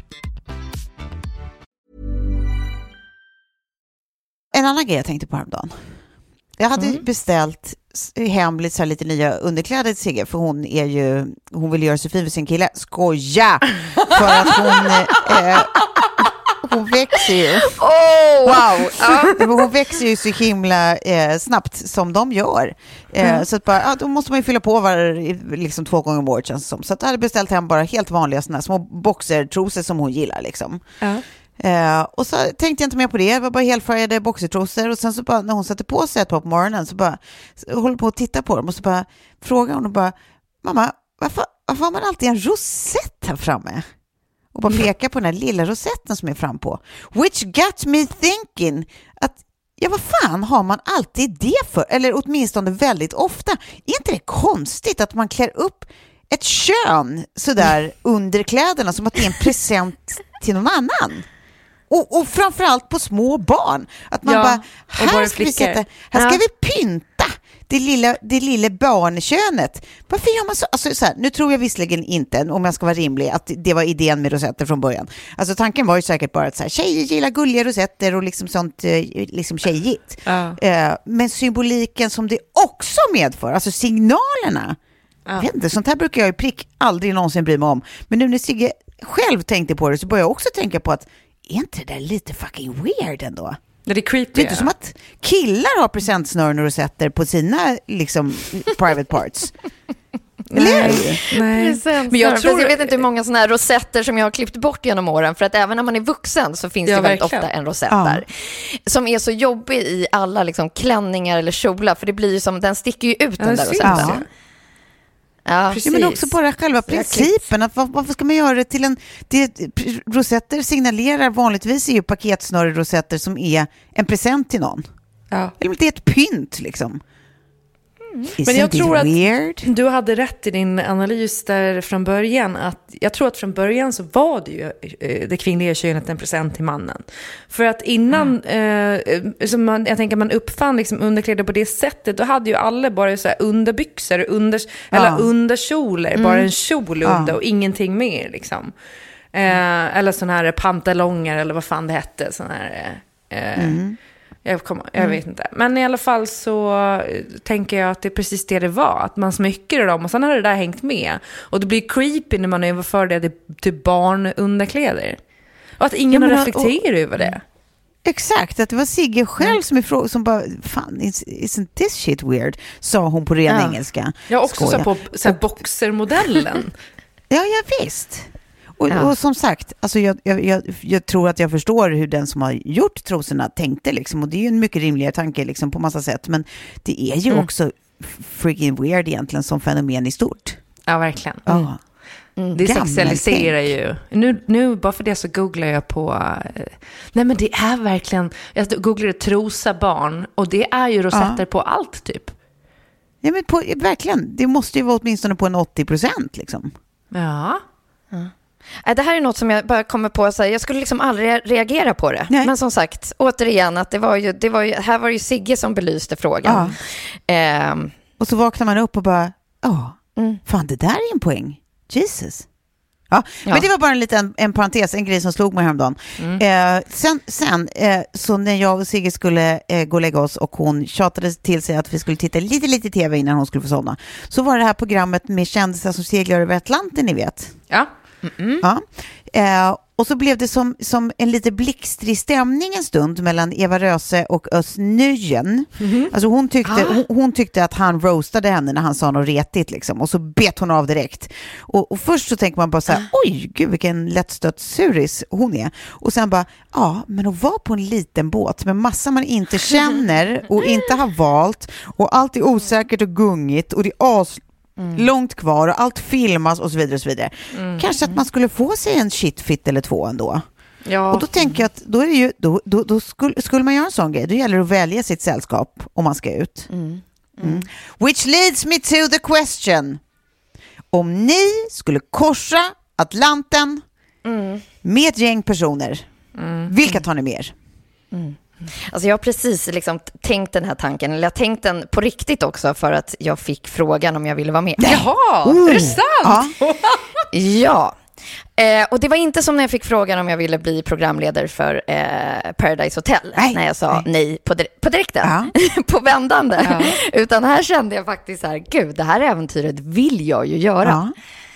En annan grej jag tänkte på häromdagen. Jag hade mm. beställt hem lite, så här, lite nya underkläder till Sigge, för hon är ju, hon vill göra så fin för sin kille. Skoja! För att hon eh, hon växer ju. Oh, wow! Ja. Hon växer ju så himla eh, snabbt som de gör. Eh, mm. Så att bara, ja, då måste man ju fylla på var, liksom två gånger om året, känns det som. Så att jag hade beställt hem bara helt vanliga såna små boxertrosor som hon gillar liksom. Mm. Uh, och så tänkte jag inte mer på det. Det var bara helfärgade boxertrosor. Och sen så bara, när hon satte på sig ett par på morgonen, så bara så håller på att titta på dem. Och så bara frågar hon och bara, mamma, varför, varför har man alltid en rosett här framme? Och bara pekar på den här lilla rosetten som är fram på. Which got me thinking att, ja, vad fan har man alltid det för? Eller åtminstone väldigt ofta. Är inte det konstigt att man klär upp ett kön sådär under kläderna som att det är en present till någon annan? Och, och framförallt på små barn. Att man ja, bara, här ska, vi sätta, här ska ja. vi pynta det lilla, det lilla barnkönet. Varför gör man så? Alltså, så här, nu tror jag visserligen inte, om jag ska vara rimlig, att det var idén med rosetter från början. Alltså tanken var ju säkert bara att så här, tjejer gillar gulliga rosetter och liksom sånt liksom tjejigt. Ja. Uh, men symboliken som det också medför, alltså signalerna. Ja. Jag vet inte, sånt här brukar jag i prick aldrig någonsin bry mig om. Men nu när Sigge själv tänkte på det, så började jag också tänka på att är inte det där lite fucking weird ändå? Det är creepy. Det är inte som att killar har presentsnören och rosetter på sina liksom private parts. Nej, nej. Men jag, tror... jag vet inte hur många såna här rosetter som jag har klippt bort genom åren, för att även när man är vuxen så finns ja, det väldigt verkligen. ofta en rosett ja. där som är så jobbig i alla liksom klänningar eller kjolar, för det blir ju som, den sticker ju ut, ja, den där rosetten. Ja. Ja, ja, men också bara själva principen att var, varför ska man göra det till en det, rosetter signalerar vanligtvis är ju paketsnöre rosetter som är en present till någon. Ja. Eller det är ett pynt liksom. Mm. Men jag tror att weird? Du hade rätt i din analys där från början, att jag tror att från början så var det ju det kvinnliga könet en present till mannen. För att innan mm. eh, som man, jag tänker man uppfann liksom underkläder på det sättet, då hade ju alla bara så här underbyxor under, ja. eller underkjolar, mm. bara en kjol under ja. och ingenting mer liksom. Eh, eller sån här pantalonger eller vad fan det hette, sån här eh, mm. Jag, kommer, jag vet inte. Men i alla fall så tänker jag att det är precis det det var. Att man smycker dem och sen har det där hängt med. Och det blir creepy när man överför det till, till barn underkläder. Och att ingen ja, har reflekterat över det. Exakt, att det var Sigge själv mm. som, ifrå- som bara, fan, isn't this shit weird? Sa hon på ren ja. engelska. Jag också sa på så här, boxermodellen. Ja, ja visst. Och, ja. och som sagt, alltså jag, jag, jag, jag tror att jag förstår hur den som har gjort trosorna tänkte liksom, och det är ju en mycket rimligare tanke liksom, på massa sätt, men det är ju mm. också freaking weird egentligen som fenomen i stort. Ja, verkligen. Mm. Ja. Mm. Det sexualiserar ju. Nu, nu bara för det så googlar jag på uh, nej men det är verkligen, jag googlade trosa barn och det är ju rosetter ja. på allt typ. Ja men på, verkligen, det måste ju vara åtminstone på en åttio procent liksom. Ja. Ja. Det här är något som jag bara kommer på att säga. Jag skulle liksom aldrig reagera på det. Nej. Men som sagt, återigen, att det var ju, det var ju, här var det ju Sigge som belyste frågan. Ja. Eh. Och så vaknar man upp och bara, ja, mm. fan det där är en poäng. Jesus. Ja, ja, men det var bara en liten en parentes, en grej som slog mig häromdagen. Mm. Eh, sen sen eh, så när jag och Sigge skulle eh, gå och lägga oss och hon tjatade till sig att vi skulle titta lite lite tv innan hon skulle få somna, så var det här programmet med kändisar som seglar över Atlanten, ni vet. Ja. Mm-mm. Ja. Eh, och så blev det som, som en lite blixtrig stämning en stund mellan Eva Röse och Özz Nujen. Mm-hmm. Alltså hon tyckte, ah. hon, hon tyckte att han roastade henne när han sa något retigt liksom, och så bet hon av direkt. Och, och först så tänker man bara så här, ah. oj gud vilken lättstött suris hon är. Och sen bara, ja men att vara på en liten båt med massa man inte känner och inte har valt och allt är osäkert och gungigt och det är as Mm. långt kvar och allt filmas och så vidare och så vidare. Mm. Kanske att man skulle få sig en shitfit eller två ändå. Ja. Och då tänker jag att då är det ju då, då, då skulle, skulle man göra en sån grej. Då gäller det att välja sitt sällskap om man ska ut. Mm. Mm. Mm. Which leads me to the question. Om ni skulle korsa Atlanten mm. med ett gäng personer, mm. vilka tar ni med er? Mm. Alltså jag har precis liksom tänkt den här tanken, eller jag har tänkt den på riktigt också för att jag fick frågan om jag ville vara med. Jaha, oh. Är det sant? Ja, ja. Eh, och det var inte som när jag fick frågan om jag ville bli programledare för eh, Paradise Hotel. Nej, när jag sa nej, nej på, di- på direkten, ja. På vändande. Ja. Utan här kände jag faktiskt så här, gud, det här äventyret vill jag ju göra. Ja.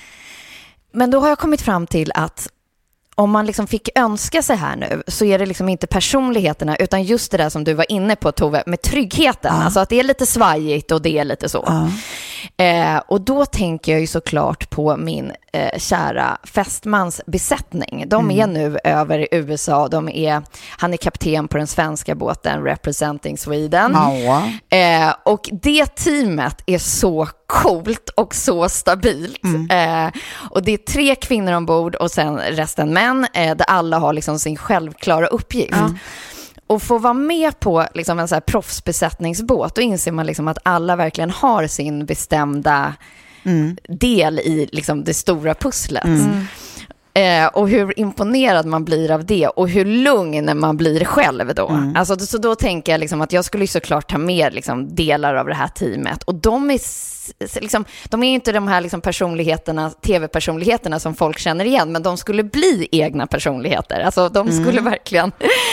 Men då har jag kommit fram till att om man liksom fick önska sig här nu så är det liksom inte personligheterna utan just det där som du var inne på, Tove, med tryggheten. Ja. Alltså att det är lite svajigt och det är lite så. Ja. Eh, och då tänker jag ju såklart på min eh, kära fästmans besättning. De mm. är nu över i U S A. De är, han är kapten på den svenska båten Representing Sweden. Ja. Eh, och det teamet är så coolt och så stabilt. Mm. Eh, och det är tre kvinnor ombord och sen resten män, eh, där alla har liksom sin självklara uppgift. Mm. Och få vara med på liksom en så här proffsbesättningsbåt, då inser man liksom att alla verkligen har sin bestämda mm. del i liksom det stora pusslet. Mm. Eh, och hur imponerad man blir av det och hur lugn man blir själv då. Mm. Alltså, så då tänker jag liksom att jag skulle såklart ta med liksom delar av det här teamet. Och de är liksom, de är inte de här liksom personligheterna, tv-personligheterna som folk känner igen, men de skulle bli egna personligheter. Alltså de skulle mm. verkligen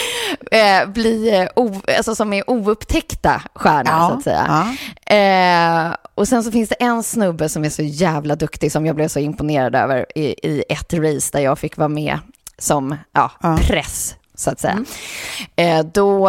eh, bli o, alltså, som är oupptäckta stjärnor, ja, så att säga. Ja. Eh, och sen så finns det en snubbe som är så jävla duktig som jag blev så imponerad över i, i ett race där jag fick vara med som ja, ja. press, så att säga. Mm. Eh, då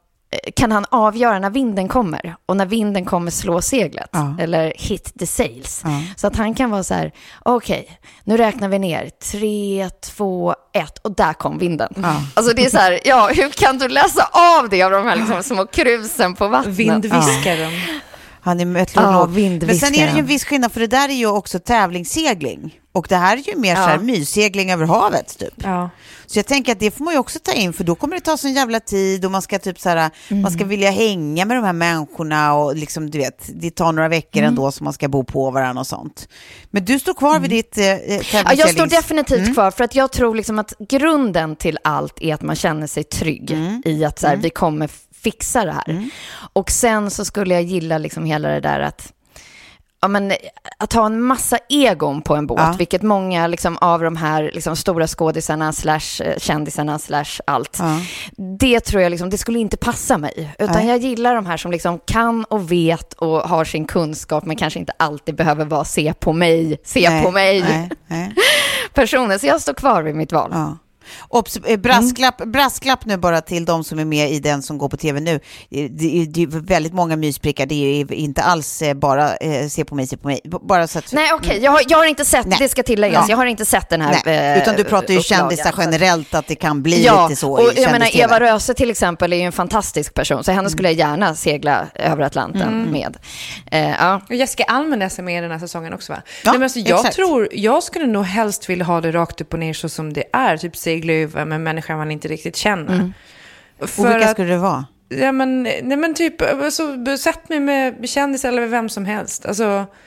kan han avgöra när vinden kommer och när vinden kommer slå seglet ja. eller hit the sails. Ja. Så att han kan vara så här, okej, okay, nu räknar vi ner tre, två, ett och där kom vinden. Ja. Alltså det är så här, ja, hur kan du läsa av det av de här liksom små krusen på vattnet? Vindviskaren. Ja. Han är meteorolog. Ja, men sen är det ju en viss skillnad, för det där är ju också tävlingssegling. Och det här är ju mer ja. så här myssegling över havet typ. Ja. Så jag tänker att det får man ju också ta in, för då kommer det ta sån jävla tid och man ska typ så här, mm. man ska vilja hänga med de här människorna och liksom du vet, det tar några veckor mm. ändå som man ska bo på varandra och sånt. Men du står kvar mm. vid ditt eh, tävlingsseglings... Ja, jag står definitivt mm. kvar, för att jag tror liksom att grunden till allt är att man känner sig trygg mm. i att så här, mm. vi kommer fixa det här. Mm. Och sen så skulle jag gilla liksom hela det där att ja, men, att ha en massa egon på en båt, ja. vilket många liksom, av de här liksom, stora skådisarna slash kändisarna slash allt, ja. det tror jag liksom, det skulle inte passa mig, utan Nej. jag gillar de här som liksom kan och vet och har sin kunskap, men kanske inte alltid behöver vara se på mig, se Nej. på mig Nej. Nej. personen, så jag står kvar vid mitt val. Ja. Obs- brasklapp, mm. brasklapp nu bara till de som är med i den som går på tv nu. Det är, det är väldigt många mysprickar. Det är inte alls bara eh, se på mig, se på mig. Bara så att, Nej, okej. Okay. Jag, har, jag har inte sett, Nej. det ska tilläggas. Ja. Jag har inte sett den här Nej. Utan du pratar ju uh, kändisar generellt, att det kan bli ja. lite så. Och jag menar, Eva Röse till exempel är ju en fantastisk person. Så henne mm. skulle jag gärna segla över Atlanten mm. med. Uh, ja. Och Jessica Almenäs är med i den här säsongen också, va? Ja, Nej, men alltså, jag exakt. tror, jag skulle nog helst vilja ha det rakt upp och ner så som det är. Typ segla över med människor man inte riktigt känner. Mm. För och vilka skulle det vara? Ja, men, nej, men typ, alltså, sätt mig med kändis eller vem som helst. Alltså,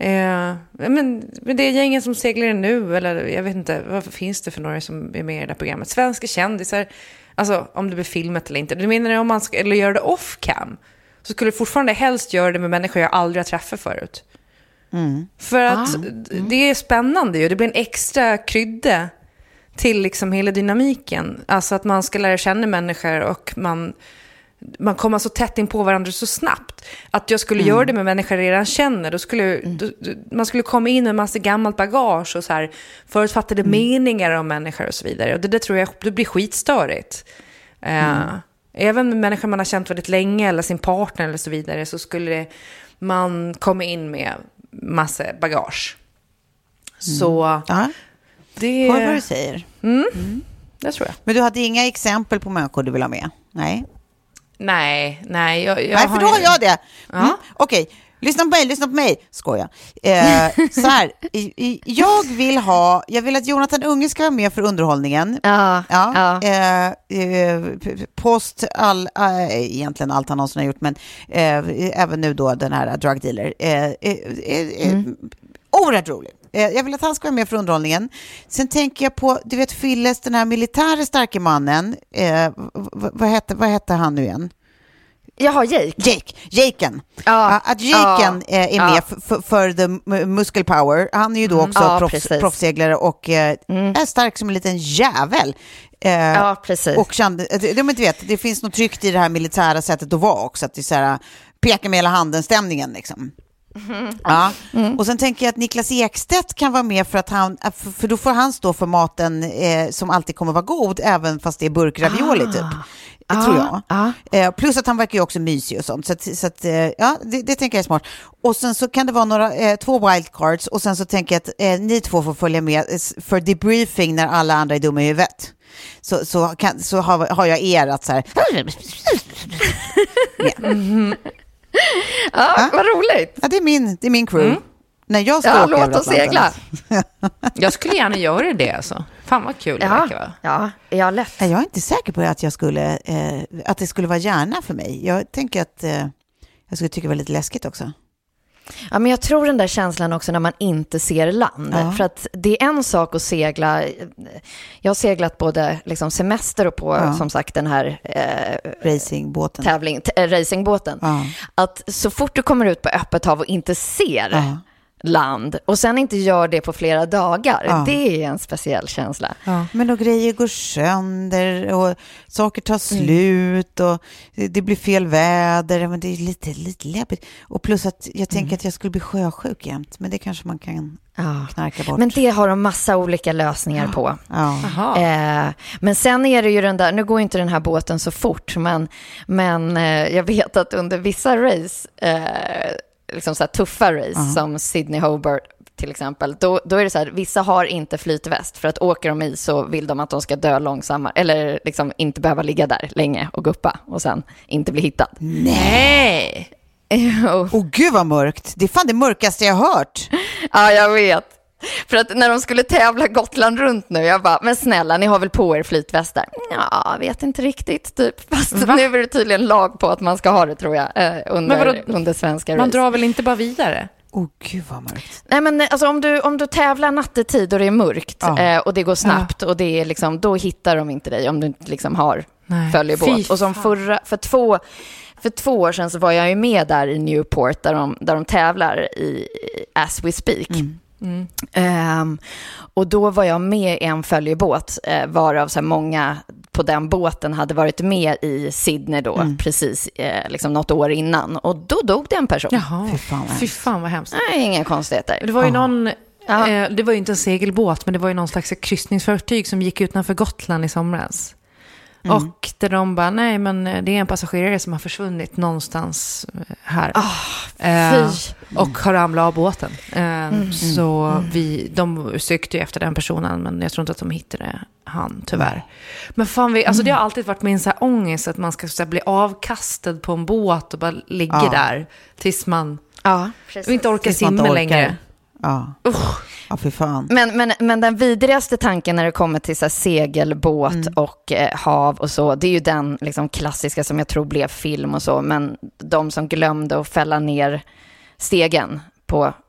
Eh, men, men det är gängen som seglar nu, eller jag vet inte, vad finns det för några som är med i det här programmet? Svenska kändisar, alltså om det blir filmet eller inte. Du menar om man ska, eller gör det off-cam, så skulle du fortfarande helst göra det med människor jag aldrig har träffat förut. Mm. För att ah, mm. det är spännande ju, det blir en extra krydda till liksom hela dynamiken. Alltså att man ska lära känna människor och man... man kommer så tätt in på varandra så snabbt. Att jag skulle mm. göra det med människor jag redan känner. Då skulle, mm. då, man skulle komma in med en massa gammalt bagage och så här, förutfattade mm. meningar om människor och så vidare. Och det där tror jag det blir skitstörigt. Mm. Uh, även med människor man har känt väldigt länge eller sin partner eller så vidare, så skulle det, man komma in med massa bagage. Mm. Så ja. det... Hör vad du säger. Mm. Mm. Det tror jag. Men du hade inga exempel på människor du vill ha med? Nej. Nej, nej. Jag, jag nej, för då har jag det. Mm. Ja. Okej, lyssna på mig, lyssna på mig. Skoja. Eh, så här, jag vill ha, jag vill att Jonathan Unge ska vara med för underhållningen. Ja. ja. ja. Eh, post all, äh, egentligen allt han någonsin har gjort, men eh, även nu då den här drug dealer. Eh, eh, eh, mm. Oerhört roligt. Jag vill att han ska vara med för underhållningen. Sen tänker jag på, du vet Phyllis, den här militära starka mannen. Eh, vad, vad, hette, vad hette han nu igen? Jaha, Jake. Jake, Jaken. Ja. Att Jaken ja. är med ja. för, för the muscle power. Han är ju då också mm. ja, proffs, proffsseglare och eh, mm. är stark som en liten jävel. Eh, ja, precis. Och de inte vet, det finns något tryggt i det här militära sättet att vara också. Att det är så här, peka med hela handen stämningen liksom. Mm. Ja. Mm. Och sen tänker jag att Niklas Ekstedt kan vara med för att han, för då får han stå för maten eh, som alltid kommer vara god, även fast det är burkravioli ah. typ. Ah. Tror jag. Ah. Eh, plus att han verkar ju också mysig och sånt. Så att, så att eh, ja, det, det tänker jag är smart. Och sen så kan det vara några, eh, två wildcards, och sen så tänker jag att eh, ni två får följa med för debriefing när alla andra är dumma i huvudet. Så, så, kan, så har, har jag er att så här... mm. Ja, ja, vad roligt. Ja, det är min, det är min crew. Mm. När jag ska ja, åka låt oss segla. Jag skulle gärna göra det alltså. Fan vad kul det ja, verkar vara. Ja, jag lätt. Jag är inte säker på att jag skulle eh, att det skulle vara gärna för mig. Jag tänker att eh, jag skulle tycka det var lite läskigt också. Ja, men jag tror den där känslan också när man inte ser land. Ja. För att det är en sak att segla. Jag har seglat både liksom semester och på ja. som sagt den här eh, racingbåten. Tävling, t- racingbåten. Ja. Att så fort du kommer ut på öppet hav och inte ser ja. land och sen inte gör det på flera dagar, ja. det är en speciell känsla. Ja. Men då grejer går sönder och saker tar slut mm. och det blir fel väder, men det är lite, lite läbbigt. Och plus att jag tänker mm. att jag skulle bli sjösjuk jämt, men det kanske man kan ja. knarka bort. Men det har de massa olika lösningar ja. på. Ja. Eh, men sen är det ju den där, nu går inte den här båten så fort, men, men eh, jag vet att under vissa race eh, liksom så här tuffa race uh-huh. som Sydney Hobart till exempel, då, då är det så här, vissa har inte flytväst för att åker de i så vill de att de ska dö långsammare eller liksom inte behöva ligga där länge och guppa och sen inte bli hittad. Nej! Åh oh, gud vad mörkt. Det är fan det mörkaste jag har hört. Ja, jag vet. För att när de skulle tävla Gotland runt nu, jag bara, men snälla, ni har väl på er flytvästar? Ja, vet inte riktigt typ. Fast Va? Nu är det tydligen lag på att man ska ha det, tror jag, eh, under, under svenska race. Man drar väl inte bara vidare? Åh oh, gud vad mörkt. Nej, men alltså om du, om du tävlar nattetid och det är mörkt ja. eh, och det går snabbt ja. och det är liksom, då hittar de inte dig om du inte liksom har följebåt. Och som förra, för två... För två år sedan så var jag ju med där i Newport där de, där de tävlar i As We Speak. Mm. Mm. Um, och då var jag med i en följebåt uh, varav så här många på den båten hade varit med i Sydney då mm. precis uh, liksom något år innan. Och då dog det en person. Jaha, fy fan vad, fy fan vad hemskt. Nej, inga konstigheter. Det var ju oh. någon... Uh, det var ju inte en segelbåt, men det var ju någon slags kryssningsfartyg som gick utanför Gotland i somras. Mm. Och där de bara, nej men det är en passagerare som har försvunnit någonstans här. Oh, eh, och har ramlat av båten. Eh, mm. Så mm. vi, de sökte ju efter den personen, men jag tror inte att de hittade han, tyvärr. Mm. Men fan, vi, alltså det har alltid varit min så här ångest att man ska så här, bli avkastad på en båt och bara ligga ja. där tills man ja, inte orkar simma längre. Ja. Uh. Ja, för fan. Men, men, men den vidrigaste tanken när det kommer till så här, segelbåt mm. och eh, hav och så, det är ju den liksom, klassiska som jag tror blev film och så, men de som glömde att fälla ner stegen på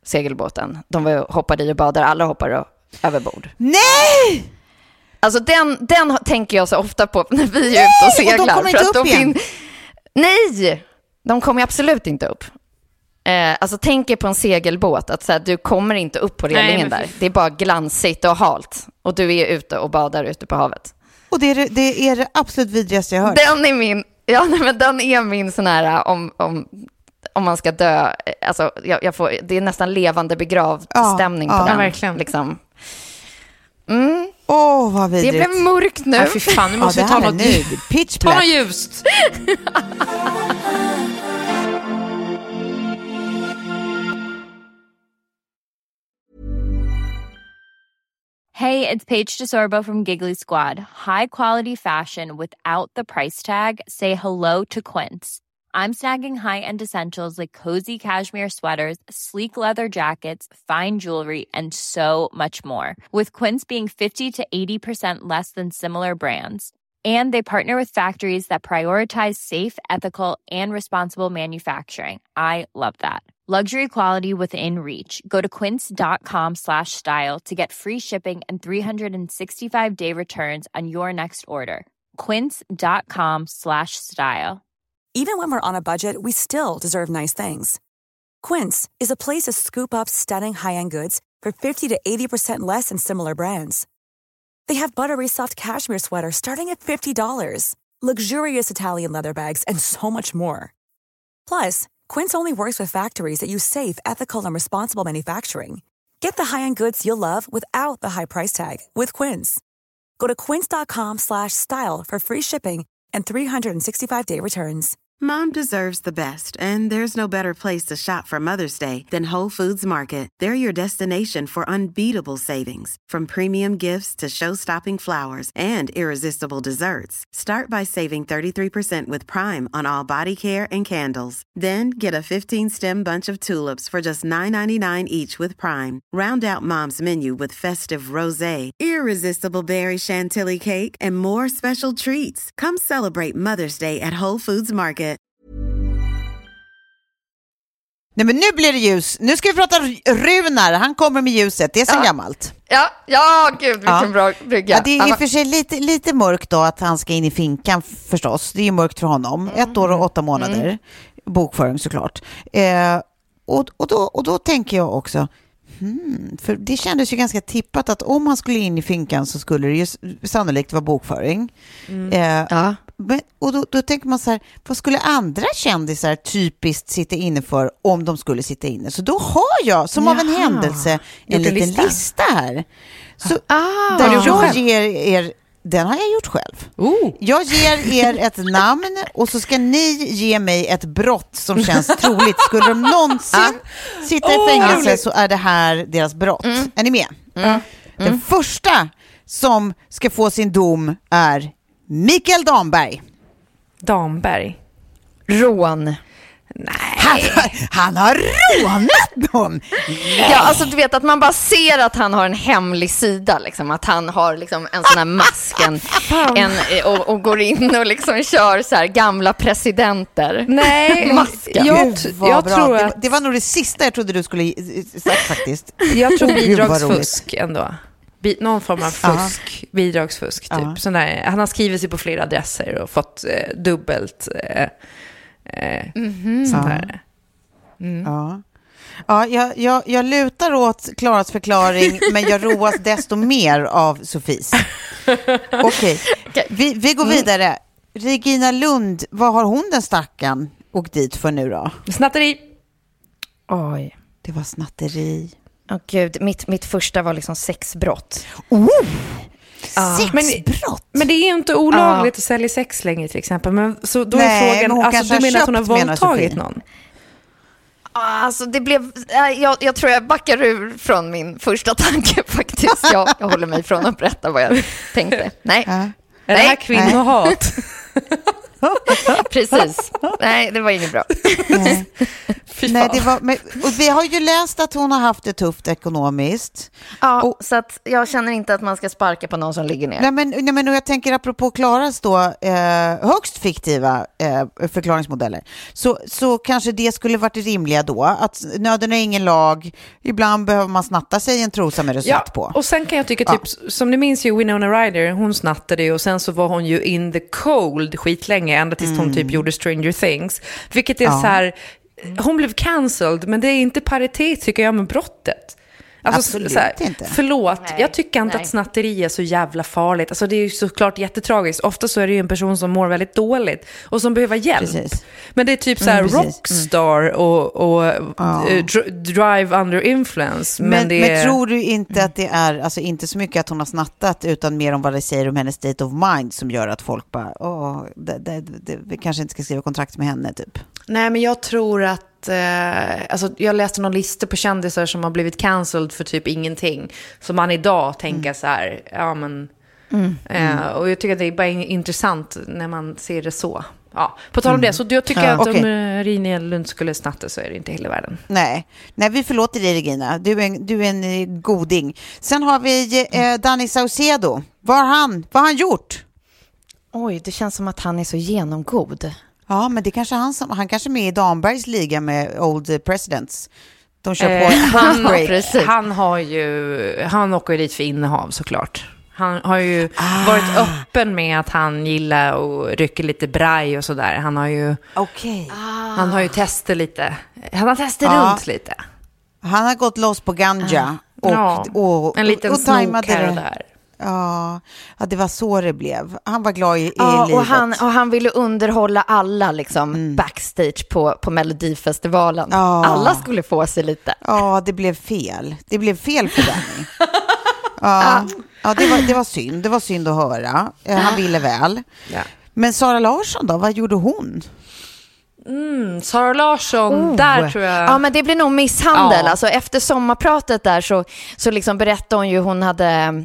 segelbåten. De var hoppade i och badade, alla hoppade överbord. Nej! Alltså den, den tänker jag så ofta på när vi är Nej! ute och seglar. Och de kommer inte upp igen. Fin- Nej, de kommer absolut inte upp. Eh, alltså tänk er på en segelbåt att så här, du kommer inte upp på relingen. Nej, där. Det är bara glansigt och halt. Och du är ute och badar ute på havet. Och det är det, är det absolut vidrigaste jag hört. Den är min, ja, nej, men den är min sån här om, om, om man ska dö. Alltså, jag, jag får, det är nästan levande begravstämning ja, på ja, den. Verkligen. Liksom. Mm. Åh, oh, vad vidrigt. Det blev mörkt nu. Nej, fy fan, nu måste ja, vi ta något, nu. Pitch black. Ta något ljust. Hey, it's Paige DeSorbo from Giggly Squad. High quality fashion without the price tag. Say hello to Quince. I'm snagging high-end essentials like cozy cashmere sweaters, sleek leather jackets, fine jewelry, and so much more. With Quince being fifty to eighty percent less than similar brands. And they partner with factories that prioritize safe, ethical, and responsible manufacturing. I love that. Luxury quality within reach. Go to quince.com slash style to get free shipping and three sixty-five day returns on your next order. Quince.com slash style. Even when we're on a budget, we still deserve nice things. Quince is a place to scoop up stunning high-end goods for fifty to eighty percent less than similar brands. They have buttery soft cashmere sweaters starting at fifty dollars, luxurious Italian leather bags, and so much more. Plus, Quince only works with factories that use safe, ethical, and responsible manufacturing. Get the high-end goods you'll love without the high price tag with Quince. Go to quince.com slash style for free shipping and three sixty-five day returns. Mom deserves the best, and there's no better place to shop for Mother's Day than Whole Foods Market. They're your destination for unbeatable savings, from premium gifts to show-stopping flowers and irresistible desserts. Start by saving thirty-three percent with Prime on all body care and candles. Then get a fifteen-stem bunch of tulips for just nine ninety-nine each with Prime. Round out Mom's menu with festive rosé, irresistible berry chantilly cake, and more special treats. Come celebrate Mother's Day at Whole Foods Market. Nej, men nu blir det ljus. Nu ska vi prata Runar. Han kommer med ljuset. Det är så ja. gammalt. Ja, ja, gud vilken ja. bra brygga. Ja, det är i och för sig lite, lite mörkt då att han ska in i finkan förstås. Det är ju mörkt för honom. Mm. Ett år och åtta månader. Mm. Bokföring såklart. Eh, och, och, då, och då tänker jag också... Hmm, för det kändes ju ganska tippat att om han skulle in i finkan så skulle det ju sannolikt vara bokföring. Mm. Eh, ja. Men, och då, då tänker man så här, vad skulle andra kändisar typiskt sitta inne för om de skulle sitta inne? Så då har jag, som Jaha. av en händelse, en liten lista. lista här. Så ah, där jag själv? ger er, den har jag gjort själv. Oh. Jag ger er ett namn och så ska ni ge mig ett brott som känns troligt. Skulle de någonsin sitta i fängelse oh, så är det här deras brott. Mm. Är ni med? Mm. Mm. Den första som ska få sin dom är Mikael Damberg. Damberg. Rån. Nej. Han, han har rånat någon. Nej. Ja, alltså du vet att man bara ser att han har en hemlig sida liksom, att han har liksom en sån här mask en, en, och, och går in och liksom kör så här gamla presidenter. Nej, masken. Jag, jag tror att... det, det var nog det sista jag trodde du skulle sagt faktiskt. Jag tror bidragsfusk ändå. Bi- någon form av fusk, uh-huh. bidragsfusk typ. Uh-huh. Sån där, han har skrivit sig på flera adresser och fått eh, dubbelt eh, eh, mm-hmm. sånt här. Mm. Ja, ja jag, jag, jag lutar åt Klaras förklaring men jag roas desto mer av Sofies. Okej, okay. okay. vi, vi går vidare. Mm. Regina Lund, vad har hon den stackan åkt dit för nu då? Snatteri. Oj, det var snatteri. Åh oh, gud, mitt, mitt första var liksom sexbrott. Oh! Ah. Sexbrott? Men, men det är ju inte olagligt ah. att sälja sex längre till exempel. Men, så då Nej, är frågan, alltså, du menar att hon har våldtagit någon? Alltså det blev, jag, jag tror jag backar ur från min första tanke faktiskt. Jag, jag håller mig från att berätta vad jag tänkte. Nej. Är Nej. det här kvinnohat? Precis. Nej, det var inget bra. Nej. Nej, det var, men, och vi har ju läst att hon har haft det tufft ekonomiskt. Ja, och, så att jag känner inte att man ska sparka på någon som ligger ner. Nej, men, nej, men jag tänker apropå Klaras då, eh, högst fiktiva eh, förklaringsmodeller, så, så kanske det skulle varit det rimliga då, att nöden är ingen lag, ibland behöver man snatta sig en trosa med recept ja, på. Och sen kan jag tycka, typ, ja. som ni minns ju Winona Ryder, hon snattade ju och sen så var hon ju in the cold skitlänge, ända tills mm. hon typ gjorde Stranger Things, vilket är ja. så här, hon blev cancelled, men det är inte paritet tycker jag med brottet. Alltså, Absolut så här, inte. Förlåt, nej, jag tycker inte nej. att snatteri är så jävla farligt. Alltså det är ju såklart jättetragiskt. Ofta så är det ju en person som mår väldigt dåligt och som behöver hjälp. Precis. Men det är typ så här mm, rockstar mm. och, och ja. uh, drive under influence. Men, men, det men är... tror du inte att det är, alltså inte så mycket att hon har snattat, utan mer om vad det säger om hennes state of mind som gör att folk bara, åh, det, det, det, vi kanske inte ska skriva kontrakt med henne typ. Nej, men jag tror att eh, alltså, jag läste någon lista på kändisar som har blivit cancelled för typ ingenting. Så man idag tänker mm. så här, ja men mm. Eh, och jag tycker att det är bara intressant när man ser det så. Ja, på tal om mm. det, så jag tycker ja, att okay. om Rini Lund skulle snatta så är det inte hela världen. Nej, Nej vi förlåter dig Regina. Du är en, du är en goding. Sen har vi eh, Danny Saucedo. Vad har han, vad har han gjort? Oj, det känns som att han är så genomgod. Ja, men det kanske han som, han kanske är med i Dambergs liga med Old Presidents. De kör på eh, han, han har ju, han åker dit för innehav såklart. Han har ju ah. varit öppen med att han gillar och rycker lite braj och sådär. Han har ju okay. ah. han har ju testat lite. Han har testat ah. runt lite. Han har gått loss på ganja ah. och, ja. och, och en liten och, och snok här och där. Ja, ja, det var så det blev. Han var glad i, i ja, livet. Och han, och han ville underhålla alla liksom, mm. backstage på, på Melodifestivalen. Ja. Alla skulle få sig lite. Ja, det blev fel. Det blev fel för Danny. Ja, ja det, var, det var synd. Det var synd att höra. Han ville väl. Ja. Men Sara Larsson då, vad gjorde hon? Mm, Sara Larsson, oh. där tror jag. Ja, men det blir nog misshandel. Ja. Alltså, efter sommarpratet där så, så liksom berättade hon ju hon hade...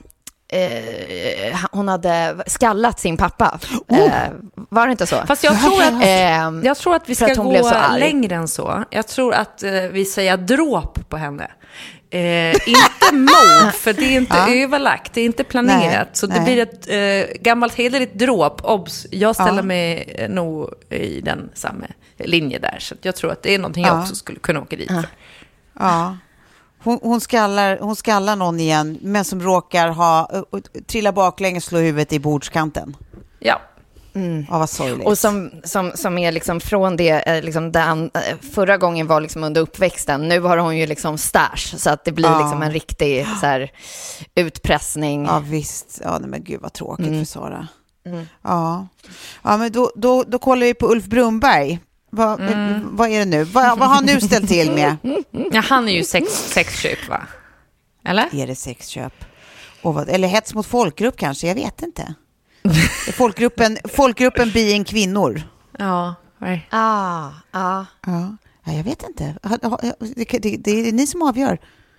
Eh, hon hade skallat sin pappa. Oh. Eh, var det inte så? Fast jag tror att, eh, jag tror att vi ska att gå längre än så. Jag tror att eh, vi säger dråp på henne. Eh, inte mord, för det är inte ja. överlagt, det är inte planerat. Nej, så nej. Det blir ett eh, gammalt hederligt dråp. Obs, jag ställer ja. mig eh, nog i den samma linje där. Så jag tror att det är någonting ja. jag också skulle kunna åka dit ja. för. Ja. Hon, hon, skallar, hon skallar någon igen, men som råkar ha uh, trilla baklänges, slå huvudet i bordskanten. Ja. Mm. Ja, vad sorgligt. Och som, som, som är liksom från det, liksom den, förra gången var liksom under uppväxten, nu har hon ju liksom stash, så att det blir ja. liksom en riktig så här, utpressning. Ja visst, ja nej, men gud vad tråkigt mm. för Sara. Mm. Ja. Ja, men då, då, då kollar vi på Ulf Brunnberg. Vad, mm. vad är det nu? Vad, vad har han nu ställt till med? Ja, han är ju sex, sexköp, va? Eller? Är det sexköp? Och vad, eller hets mot folkgrupp kanske, jag vet inte. Folkgruppen, folkgruppen being kvinnor. Ja, nej. Ah, ah. Ja, ja, jag vet inte. Det, det, det är ni som avgör.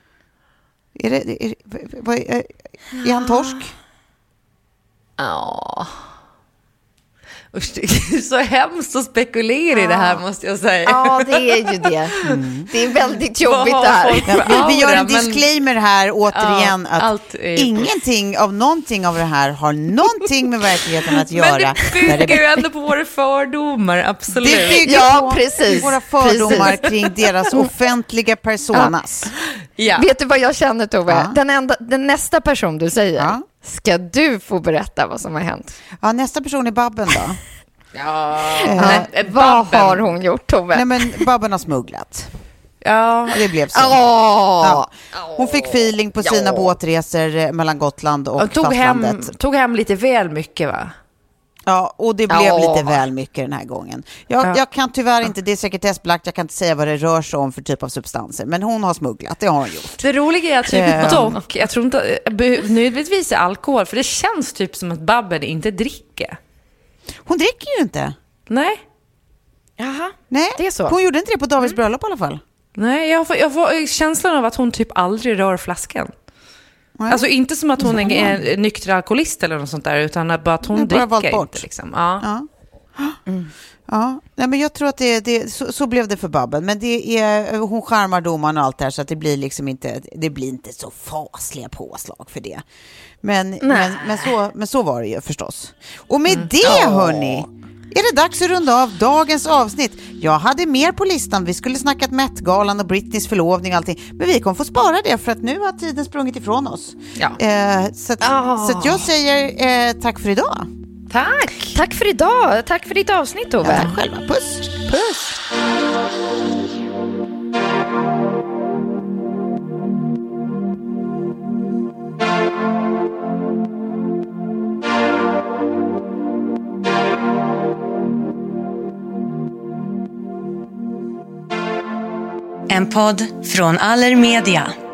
Är det, är, vad, är, är han torsk? Ja. Usch, det är så hemskt att spekulera ja. i det här, måste jag säga. Ja, det är ju det. Mm. Det är väldigt jobbigt det här. Ja, vi, vi gör en disclaimer här återigen ja, att ingenting av någonting av det här har någonting med verkligheten att göra. Men det bygger ju ändå på våra fördomar, absolut. Det bygger ja, på precis. våra fördomar precis. Kring deras offentliga personas. Ja. Ja. Vet du vad jag känner, Tove? Ja. Den, enda, den nästa person du säger... Ja. Ska du få berätta vad som har hänt? Ja, nästa person är Babben då. Ja, äh, vad har hon gjort, Tove? Nej, men Babben har smugglat. Ja, det blev så. Oh. Ja. Hon fick feeling på sina oh. båtresor mellan Gotland och, och tog fastlandet. Hem, tog hem lite väl mycket, va? Ja, och det blev oh. lite väl mycket den här gången. Jag, ja. jag kan tyvärr inte, det är sekretessbelagt, jag kan inte säga vad det rör sig om för typ av substanser. Men hon har smugglat, det har hon gjort. Det roliga är att typ dock, jag tror inte nödvändigtvis är alkohol, för det känns typ som att Babben inte dricker. Hon dricker ju inte. Nej. Jaha, nej, det är så. Hon gjorde inte det på Davids bröllop i alla fall. Nej, jag får, jag får känslan av att hon typ aldrig rör flaskan. Nej. Alltså inte som att hon är en nykter alkoholist eller något sånt där, utan bara att hon dricker inte liksom. Ja. Ja. Mm. Ja, nej, men jag tror att det, det så, så blev det för Babben. Men det är, hon charmar domaren och allt det här, så att det blir liksom inte, det blir inte så fasliga påslag för det. Men, men, men, så, men så var det ju förstås. Och med mm. det, hörni, är det dags att runda av dagens avsnitt. Jag hade mer på listan. Vi skulle snackat Met-galan och Britneys förlovning och allting. Men vi kommer få spara det för att nu har tiden sprungit ifrån oss. Ja. Eh, så att, oh. så att jag säger eh, tack för idag. Tack! Tack för idag. Tack för ditt avsnitt, Ove. Ja, tack själva. Puss. Puss. En podd från Allermedia.